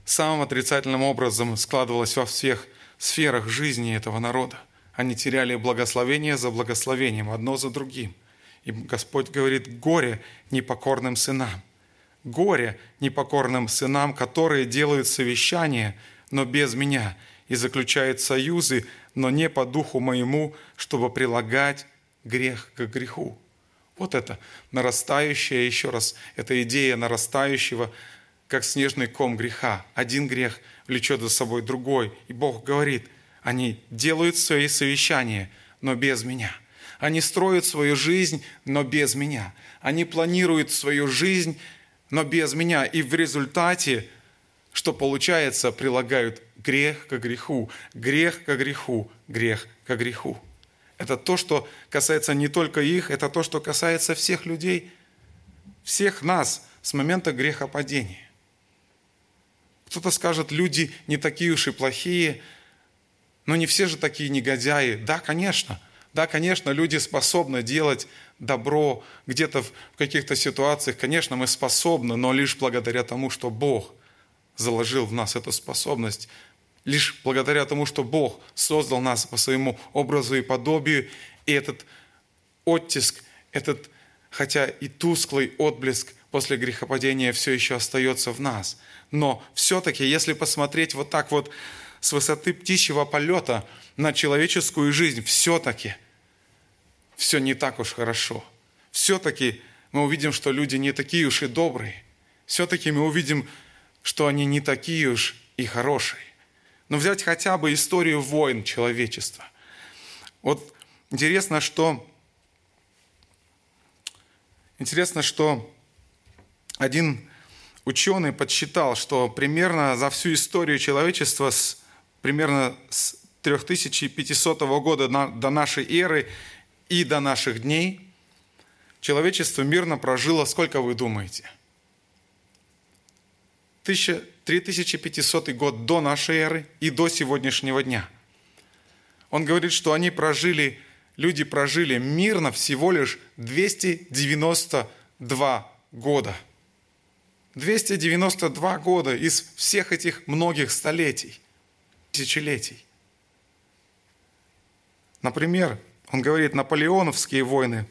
Speaker 1: самым отрицательным образом складывалось во всех сферах жизни этого народа. Они теряли благословение за благословением, одно за другим. И Господь говорит: горе непокорным сынам. Горе непокорным сынам, которые делают совещания, но без меня, и заключают союзы, но не по духу моему, чтобы прилагать грех к греху. Вот это нарастающая, еще раз, эта идея нарастающего, как снежный ком греха. Один грех влечет за собой другой. И Бог говорит: они делают свои совещания, но без меня. Они строят свою жизнь, но без меня. Они планируют свою жизнь, но без меня. И в результате, что получается, прилагают грех к греху, грех к греху, грех к греху. Это то, что касается не только их, это то, что касается всех людей, всех нас с момента грехопадения. Кто-то скажет: люди не такие уж и плохие, но не все же такие негодяи. Да, конечно, люди способны делать добро где-то в каких-то ситуациях. Конечно, мы способны, но лишь благодаря тому, что Бог заложил в нас эту способность. Лишь благодаря тому, что Бог создал нас по своему образу и подобию, и этот оттиск, этот, хотя и тусклый отблеск после грехопадения все еще остается в нас. Но все-таки, если посмотреть вот так вот с высоты птичьего полета на человеческую жизнь, все-таки все не так уж хорошо. Все-таки мы увидим, что люди не такие уж и добрые. Все-таки мы увидим, что они не такие уж и хорошие. Но взять хотя бы историю войн человечества. Вот интересно, что один ученый подсчитал, что примерно за всю историю человечества примерно с 3500 года до нашей эры и до наших дней человечество мирно прожило, сколько вы думаете? 3500 год до нашей эры и до сегодняшнего дня. Он говорит, что люди прожили мирно всего лишь 292 года. 292 года из всех этих многих столетий, тысячелетий. Например, он говорит, наполеоновские войны.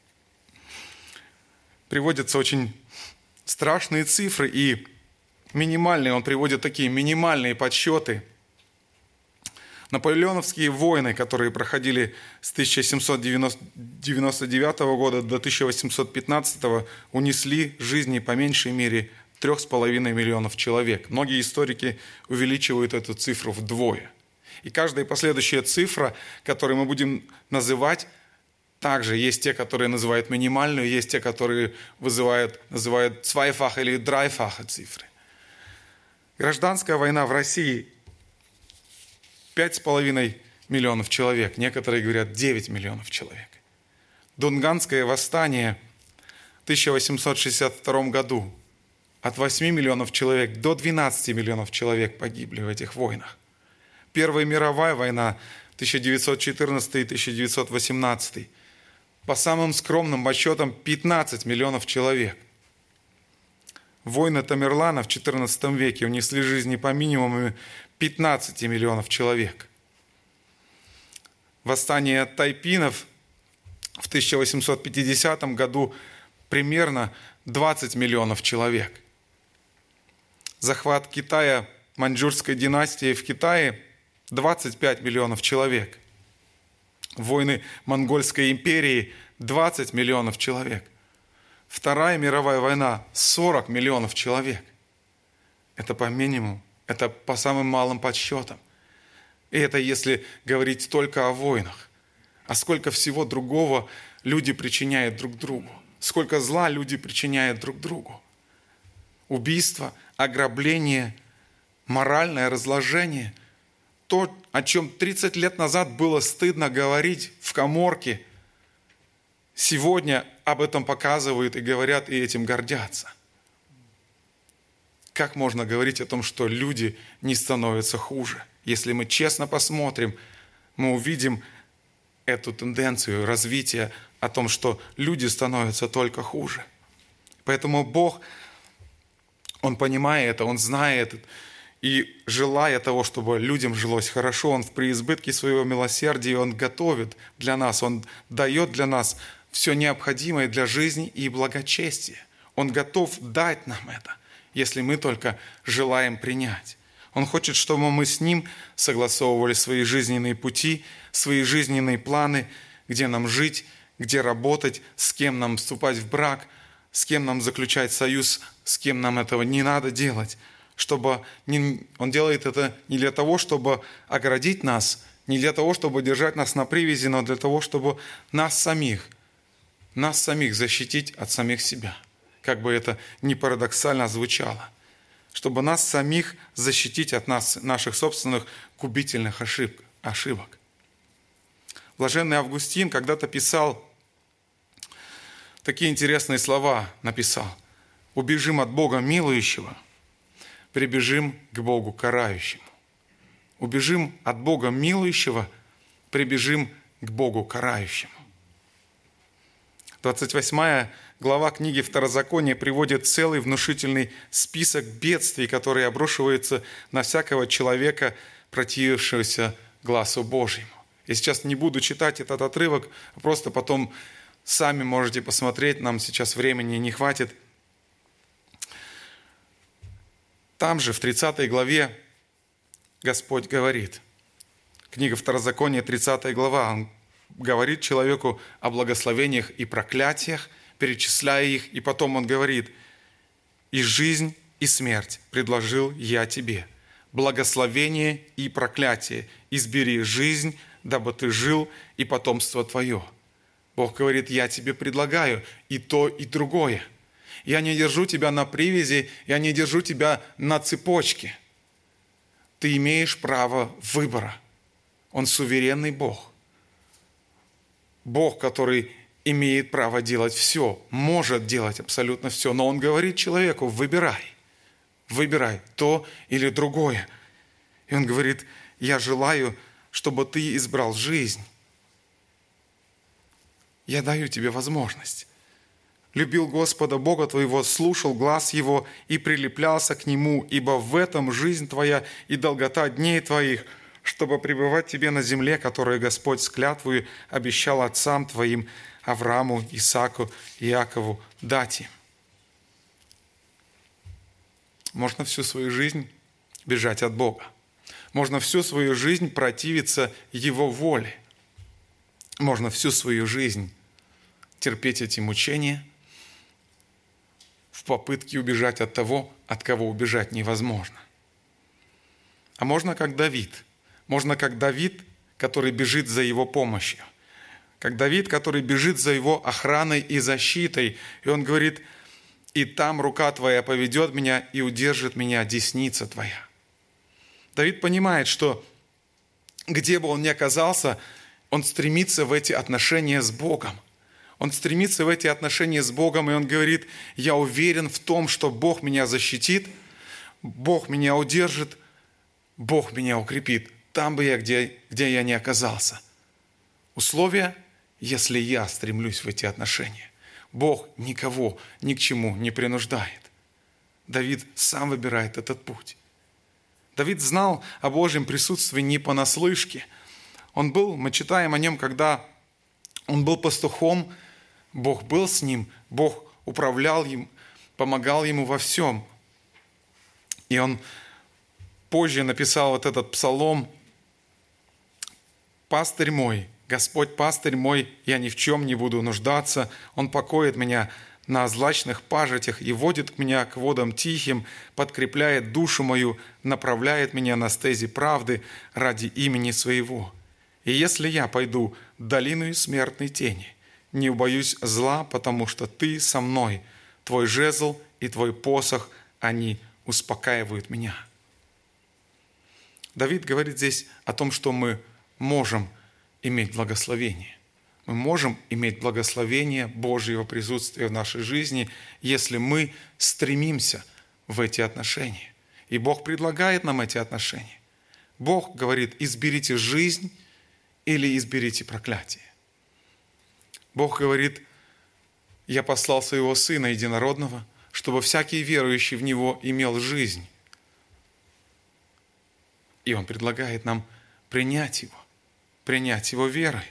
Speaker 1: Приводятся очень страшные цифры и минимальные, он приводит такие минимальные подсчеты. Наполеоновские войны, которые проходили с 1799 года до 1815, унесли жизни по меньшей мере 3,5 миллионов человек. Многие историки увеличивают эту цифру вдвое. И каждая последующая цифра, которую мы будем называть, также есть те, которые называют минимальную, есть те, которые называют zweifache или dreifache цифры. Гражданская война в России 5,5 миллионов человек, некоторые говорят 9 миллионов человек. Дунганское восстание в 1862 году от 8 миллионов человек до 12 миллионов человек погибли в этих войнах. Первая мировая война 1914 и 1918, по самым скромным подсчетам 15 миллионов человек. Войны Тамерлана в XIV веке унесли жизни по минимуму 15 миллионов человек. Восстание тайпинов в 1850 году примерно 20 миллионов человек. Захват Китая маньчжурской династии в Китае 25 миллионов человек. Войны Монгольской империи 20 миллионов человек. Вторая мировая война 40 миллионов человек. Это по минимуму, это по самым малым подсчетам. И это если говорить только о войнах. А сколько всего другого люди причиняют друг другу. Сколько зла люди причиняют друг другу. Убийство, ограбление, моральное разложение. То, о чем 30 лет назад было стыдно говорить в каморке, сегодня об этом показывают и говорят, и этим гордятся. Как можно говорить о том, что люди не становятся хуже? Если мы честно посмотрим, мы увидим эту тенденцию развития о том, что люди становятся только хуже. Поэтому Бог, Он понимает это, Он знает И желая того, чтобы людям жилось хорошо, Он в преизбытке своего милосердия, Он готовит для нас, Он дает для нас все необходимое для жизни и благочестия. Он готов дать нам это, если мы только желаем принять. Он хочет, чтобы мы с Ним согласовывали свои жизненные пути, свои жизненные планы, где нам жить, где работать, с кем нам вступать в брак, с кем нам заключать союз, с кем нам этого не надо делать. Он делает это не для того, чтобы оградить нас, не для того, чтобы держать нас на привязи, но для того, чтобы нас самих защитить от самих себя. Как бы это ни парадоксально звучало. Чтобы нас самих защитить от наших собственных губительных ошибок. Блаженный Августин когда-то писал такие интересные слова, написал: «Убежим от Бога милующего, прибежим к Богу карающему». Убежим от Бога милующего, прибежим к Богу карающему. 28 глава книги Второзакония приводит целый внушительный список бедствий, которые обрушиваются на всякого человека, противившегося глазу Божьему. Я сейчас не буду читать этот отрывок, просто потом сами можете посмотреть, нам сейчас времени не хватит. Там же, в 30 главе, Господь говорит, книга Второзакония, 30 глава, Он говорит человеку о благословениях и проклятиях, перечисляя их, и потом Он говорит: «И жизнь, и смерть предложил я тебе, благословение и проклятие, избери жизнь, дабы ты жил, и потомство твое». Бог говорит: я тебе предлагаю и то, и другое. Я не держу тебя на привязи, я не держу тебя на цепочке. Ты имеешь право выбора. Он суверенный Бог. Бог, который имеет право делать все, может делать абсолютно все. Но Он говорит человеку: выбирай то или другое. И Он говорит: я желаю, чтобы ты избрал жизнь. Я даю тебе возможность. Любил Господа Бога твоего, слушал глас Его и прилеплялся к Нему, ибо в этом жизнь твоя и долгота дней твоих, чтобы пребывать тебе на земле, которую Господь с клятвою обещал отцам твоим, Аврааму, Исааку и Иакову, дать им. Можно всю свою жизнь бежать от Бога. Можно всю свою жизнь противиться Его воле. Можно всю свою жизнь терпеть эти мучения в попытке убежать от того, от кого убежать невозможно. А можно как Давид. Можно как Давид, который бежит за его помощью. Как Давид, который бежит за его охраной и защитой. И он говорит: «И там рука твоя поведет меня, и удержит меня десница твоя». Давид понимает, что где бы он ни оказался, он стремится в эти отношения с Богом. Он стремится в эти отношения с Богом, и он говорит: я уверен в том, что Бог меня защитит, Бог меня удержит, Бог меня укрепит, там бы я, где я не оказался. Условие, если я стремлюсь в эти отношения. Бог никого ни к чему не принуждает. Давид сам выбирает этот путь. Давид знал о Божьем присутствии не понаслышке. Мы читаем о нем, когда он был пастухом, Бог был с ним, Бог управлял им, помогал ему во всем. И он позже написал вот этот псалом: «Пастырь мой, Господь пастырь мой, я ни в чем не буду нуждаться. Он покоит меня на злачных пажитях и водит меня к водам тихим, подкрепляет душу мою, направляет меня на стези правды ради имени своего. И если я пойду долиною смертной тени, не убоюсь зла, потому что ты со мной, твой жезл и твой посох, они успокаивают меня». Давид говорит здесь о том, что мы можем иметь благословение. Мы можем иметь благословение Божьего присутствия в нашей жизни, если мы стремимся в эти отношения. И Бог предлагает нам эти отношения. Бог говорит: изберите жизнь или изберите проклятие. Бог говорит: я послал своего Сына Единородного, чтобы всякий верующий в Него имел жизнь. И Он предлагает нам принять Его верой.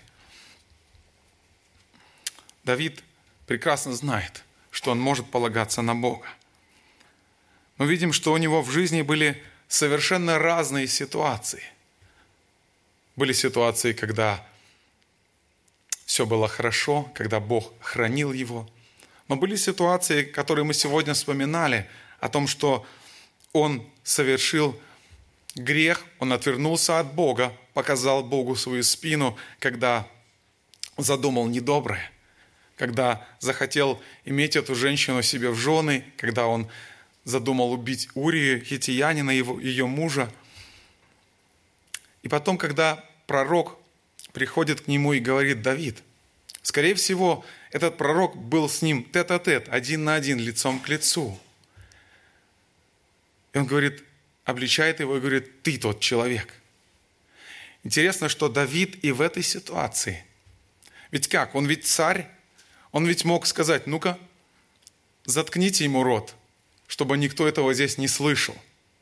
Speaker 1: Давид прекрасно знает, что он может полагаться на Бога. Мы видим, что у него в жизни были совершенно разные ситуации. Были ситуации, когда все было хорошо, когда Бог хранил его. Но были ситуации, которые мы сегодня вспоминали, о том, что он совершил грех, он отвернулся от Бога, показал Богу свою спину, когда задумал недоброе, когда захотел иметь эту женщину себе в жены, когда он задумал убить Урию, хиттеянина, ее мужа. И потом, когда пророк приходит к нему и говорит: Давид, скорее всего, этот пророк был с ним тет-а-тет, один на один, лицом к лицу. И он говорит, обличает его и говорит: ты тот человек. Интересно, что Давид и в этой ситуации, ведь как, он ведь царь, он ведь мог сказать: ну-ка, заткните ему рот, чтобы никто этого здесь не слышал.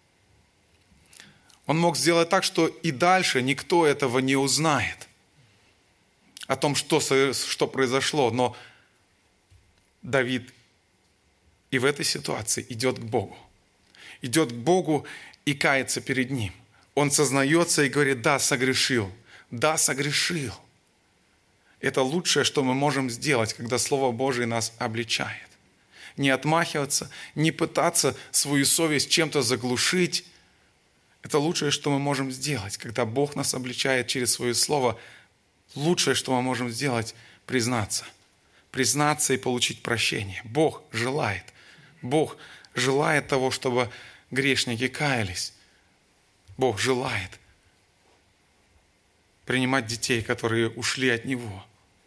Speaker 1: Он мог сделать так, что и дальше никто этого не узнает, о том, что произошло. Но Давид и в этой ситуации идет к Богу. Идет к Богу и кается перед Ним. Он сознается и говорит: да, согрешил. Да, согрешил. Это лучшее, что мы можем сделать, когда Слово Божие нас обличает. Не отмахиваться, не пытаться свою совесть чем-то заглушить. Это лучшее, что мы можем сделать, когда Бог нас обличает через Свое Слово. Лучшее, что мы можем сделать, признаться. Признаться и получить прощение. Бог желает того, чтобы грешники каялись. Бог желает принимать детей, которые ушли от Него.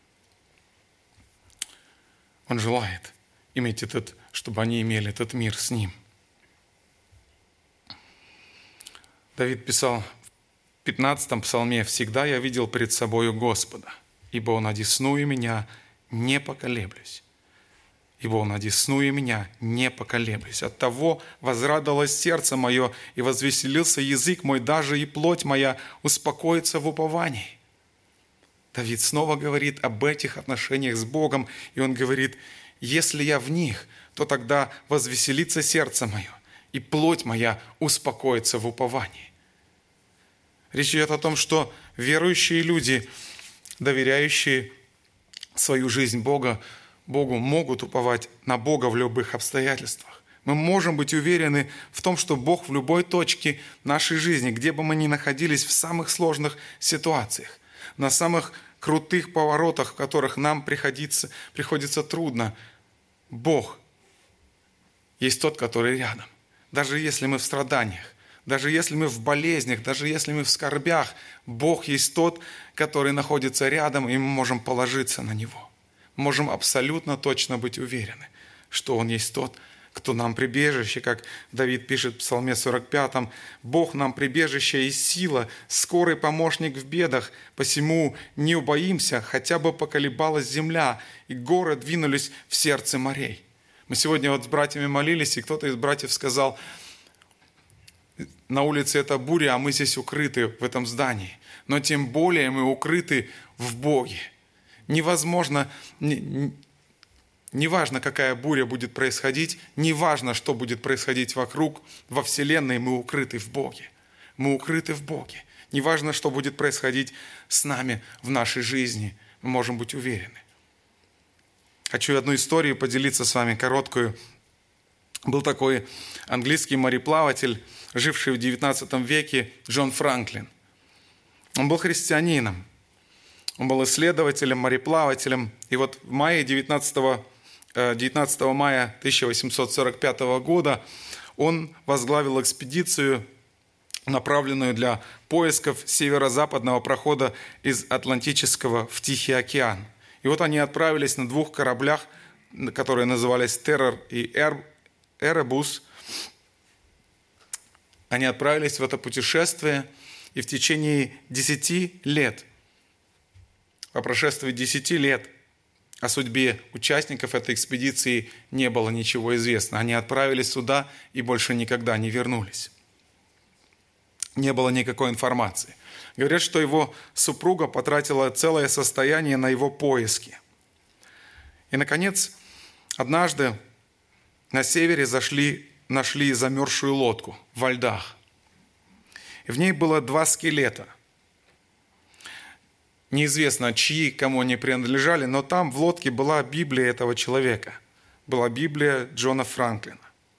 Speaker 1: Он желает иметь чтобы они имели этот мир с Ним. Давид писал в 15-м псалме: «Всегда я видел пред собою Господа, ибо Он одесную меня, не поколеблюсь». Ибо Он одесную меня, не поколеблюсь. Оттого возрадовалось сердце мое, и возвеселился язык мой, даже и плоть моя успокоится в уповании. Давид снова говорит об этих отношениях с Богом, и он говорит: если я в них, то тогда возвеселится сердце мое, и плоть моя успокоится в уповании. Речь идет о том, что верующие люди, доверяющие свою жизнь Богу, могут уповать на Бога в любых обстоятельствах. Мы можем быть уверены в том, что Бог в любой точке нашей жизни, где бы мы ни находились, в самых сложных ситуациях, на самых крутых поворотах, в которых нам приходится трудно, Бог есть тот, который рядом. Даже если мы в страданиях, даже если мы в болезнях, даже если мы в скорбях, Бог есть тот, который находится рядом, и мы можем положиться на Него. Можем абсолютно точно быть уверены, что Он есть тот, кто нам прибежище, как Давид пишет в Псалме 45: «Бог нам прибежище и сила, скорый помощник в бедах, посему не убоимся, хотя бы поколебалась земля, и горы двинулись в сердце морей». Мы сегодня с братьями молились, и кто-то из братьев сказал: на улице это буря, а мы здесь укрыты в этом здании. Но тем более мы укрыты в Боге. Неважно, какая буря будет происходить, неважно, что будет происходить вокруг, во Вселенной, мы укрыты в Боге. Мы укрыты в Боге. Неважно, что будет происходить с нами в нашей жизни, мы можем быть уверены. Хочу одну историю поделиться с вами, короткую. Был такой английский мореплаватель, живший в 19 веке, Джон Франклин. Он был христианином. Он был исследователем, мореплавателем. И вот в мае 19 мая 1845 года он возглавил экспедицию, направленную для поисков северо-западного прохода из Атлантического в Тихий океан. И вот они отправились на 2 кораблях, которые назывались «Террор» и «Эребус». Они отправились в это путешествие, и в течение 10 лет, по прошествии 10 лет, о судьбе участников этой экспедиции не было ничего известно. Они отправились туда и больше никогда не вернулись. не было никакой информации. Говорят, что его супруга потратила целое состояние на его поиски. И, наконец, однажды на севере нашли замерзшую лодку во льдах. И в ней было 2 скелета. Неизвестно, чьи, кому они принадлежали, но там в лодке была Библия этого человека. Была Библия Джона Франклина.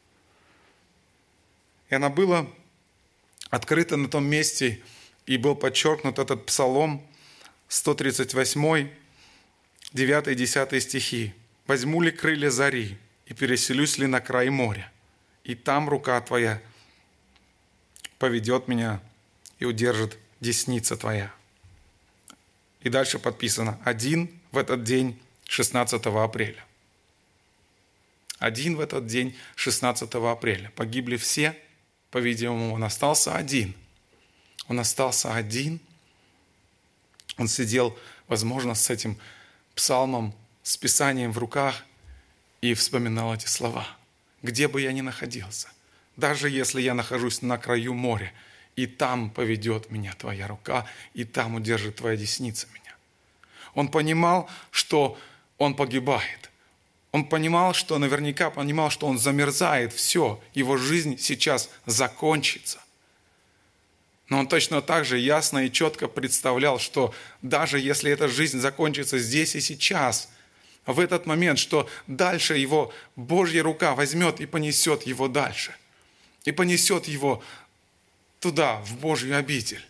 Speaker 1: И она была открыта на том месте, и был подчеркнут этот псалом 138, 9 и 10 стихи. «Возьму ли крылья зари, и переселюсь ли на край моря, и там рука Твоя поведет меня, и удержит десница Твоя». И дальше подписано: «Один в этот день 16 апреля». Один в этот день 16 апреля. Погибли все, по-видимому, он остался один. Он остался один. Он сидел, возможно, с этим псалмом, с Писанием в руках и вспоминал эти слова. Где бы я ни находился, даже если я нахожусь на краю моря, и там поведет меня Твоя рука, и там удержит Твоя десница меня. Он понимал, что он погибает. Он понимал, что наверняка понимал, что он замерзает, все, его жизнь сейчас закончится. Но он точно так же ясно и четко представлял, что даже если эта жизнь закончится здесь и сейчас, в этот момент, что дальше его Божья рука возьмет и понесет его дальше. И понесет его туда, в Божью обитель.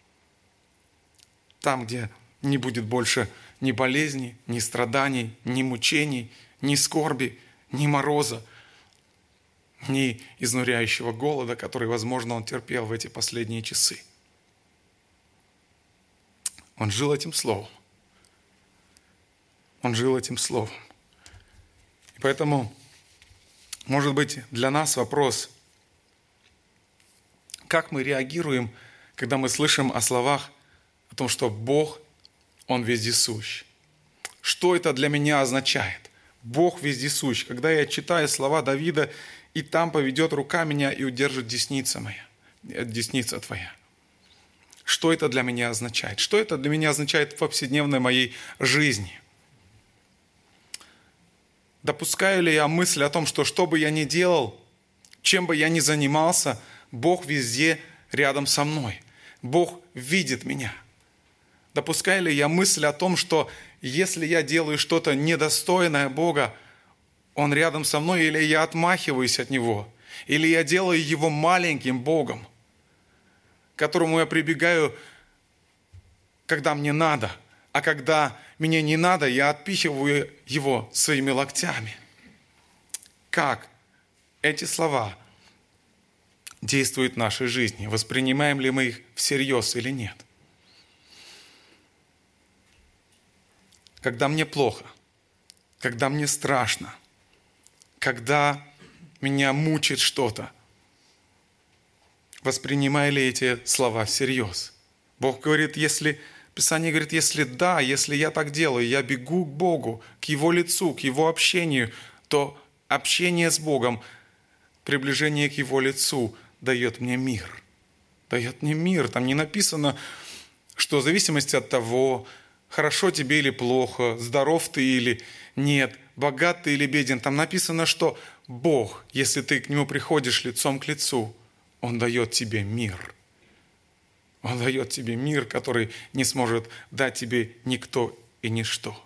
Speaker 1: Там, где не будет больше ни болезней, ни страданий, ни мучений, ни скорби, ни мороза, ни изнуряющего голода, который, возможно, он терпел в эти последние часы. Он жил этим словом. Он жил этим словом. И поэтому, может быть, для нас вопрос: как мы реагируем, когда мы слышим о словах о том, что Бог, Он вездесущ? Что это для меня означает? Бог вездесущ. Когда я читаю слова Давида: «И там поведет рука меня, и удержит десница Твоя». Что это для меня означает? Что это для меня означает в повседневной моей жизни? Допускаю ли я мысль о том, что бы я ни делал, чем бы я ни занимался, Бог везде рядом со мной. Бог видит меня. Допускаю ли я мысль о том, что если я делаю что-то недостойное Бога, Он рядом со мной, или я отмахиваюсь от Него, или я делаю Его маленьким Богом, к которому я прибегаю, когда мне надо, а когда мне не надо, я отпихиваю Его своими локтями. Как эти слова действуют в нашей жизни? Воспринимаем ли мы их всерьез или нет? Когда мне плохо, когда мне страшно, когда меня мучит что-то, воспринимаю ли эти слова всерьез? Бог говорит, Писание говорит, если я так делаю, я бегу к Богу, к Его лицу, к Его общению, то общение с Богом, приближение к Его лицу дает мне мир. Дает мне мир. Там не написано, что в зависимости от того, хорошо тебе или плохо, здоров ты или нет, богат ты или беден. Там написано, что Бог, если ты к Нему приходишь лицом к лицу, Он дает тебе мир. Он дает тебе мир, который не сможет дать тебе никто и ничто.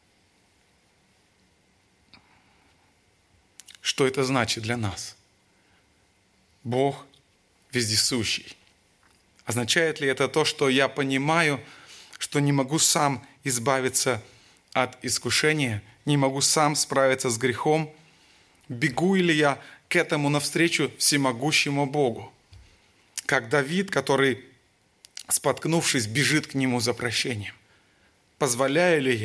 Speaker 1: Что это значит для нас? Бог вездесущий. Означает ли это то, что я понимаю, что не могу сам избавиться от искушения, не могу сам справиться с грехом? Бегу ли я к этому навстречу всемогущему Богу? Как Давид, который, споткнувшись, бежит к Нему за прощением. Позволяю ли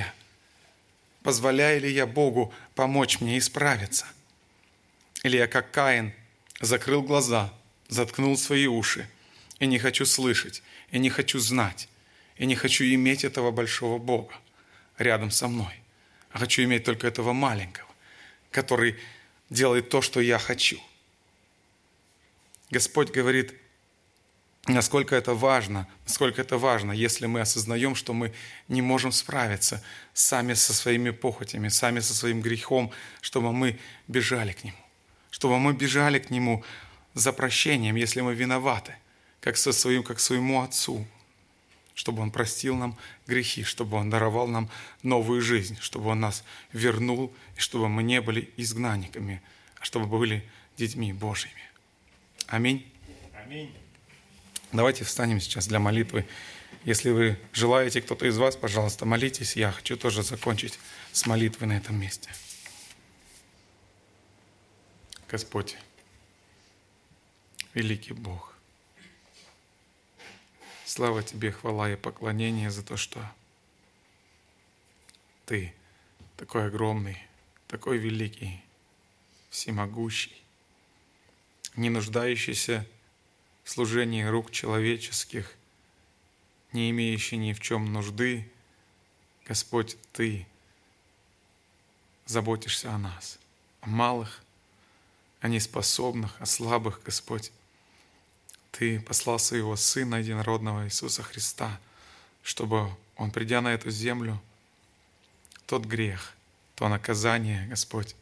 Speaker 1: я Богу помочь мне исправиться? Или я, как Каин, закрыл глаза, заткнул свои уши, и не хочу слышать, и не хочу знать, и не хочу иметь этого большого Бога рядом со мной, а хочу иметь только этого маленького, который делает то, что я хочу. Господь говорит, насколько это важно, если мы осознаем, что мы не можем справиться сами со своими похотями, сами со своим грехом, чтобы мы бежали к Нему, чтобы мы бежали к Нему за прощением, если мы виноваты, как к своему Отцу, чтобы Он простил нам грехи, чтобы Он даровал нам новую жизнь, чтобы Он нас вернул, и чтобы мы не были изгнанниками, а чтобы были детьми Божьими. Аминь.
Speaker 2: Аминь.
Speaker 1: Давайте встанем сейчас для молитвы. Если вы желаете, кто-то из вас, пожалуйста, молитесь. Я хочу тоже закончить с молитвой на этом месте. Господь, великий Бог, слава Тебе, хвала и поклонение за то, что Ты такой огромный, такой великий, всемогущий, не нуждающийся в служении рук человеческих, не имеющий ни в чем нужды. Господь, Ты заботишься о нас, о малых, о неспособных, о слабых, Господь. Ты послал Своего Сына Единородного Иисуса Христа, чтобы Он, придя на эту землю, тот грех, то наказание, Господь,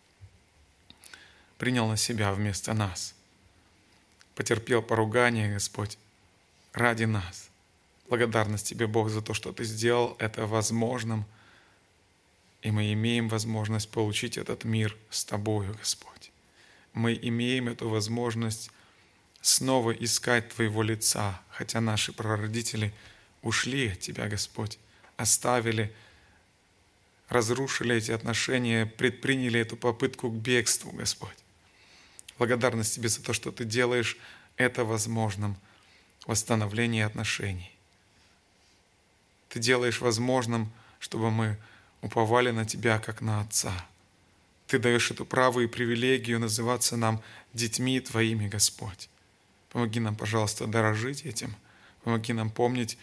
Speaker 1: принял на себя вместо нас, потерпел поругание, Господь, ради нас. Благодарность Тебе, Бог, за то, что Ты сделал это возможным, и мы имеем возможность получить этот мир с Тобою, Господь. Мы имеем эту возможность снова искать Твоего лица, хотя наши прародители ушли от Тебя, Господь, оставили, разрушили эти отношения, предприняли эту попытку к бегству, Господь. Благодарность Тебе за то, что Ты делаешь это возможным, восстановление отношений. Ты делаешь возможным, чтобы мы уповали на Тебя, как на Отца. Ты даешь эту право и привилегию называться нам детьми Твоими, Господь. Помоги нам, пожалуйста, дорожить этим. Помоги нам помнить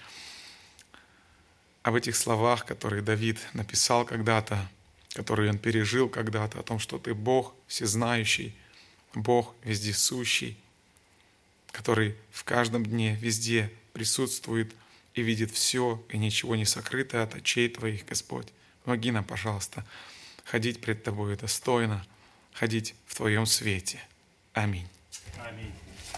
Speaker 1: об этих словах, которые Давид написал когда-то, которые он пережил когда-то, о том, что Ты Бог всезнающий, Бог вездесущий, который в каждом дне, везде присутствует и видит все, и ничего не сокрыто от очей Твоих, Господь. Помоги нам, пожалуйста, ходить пред Тобою достойно, ходить в Твоем свете. Аминь.
Speaker 2: Аминь.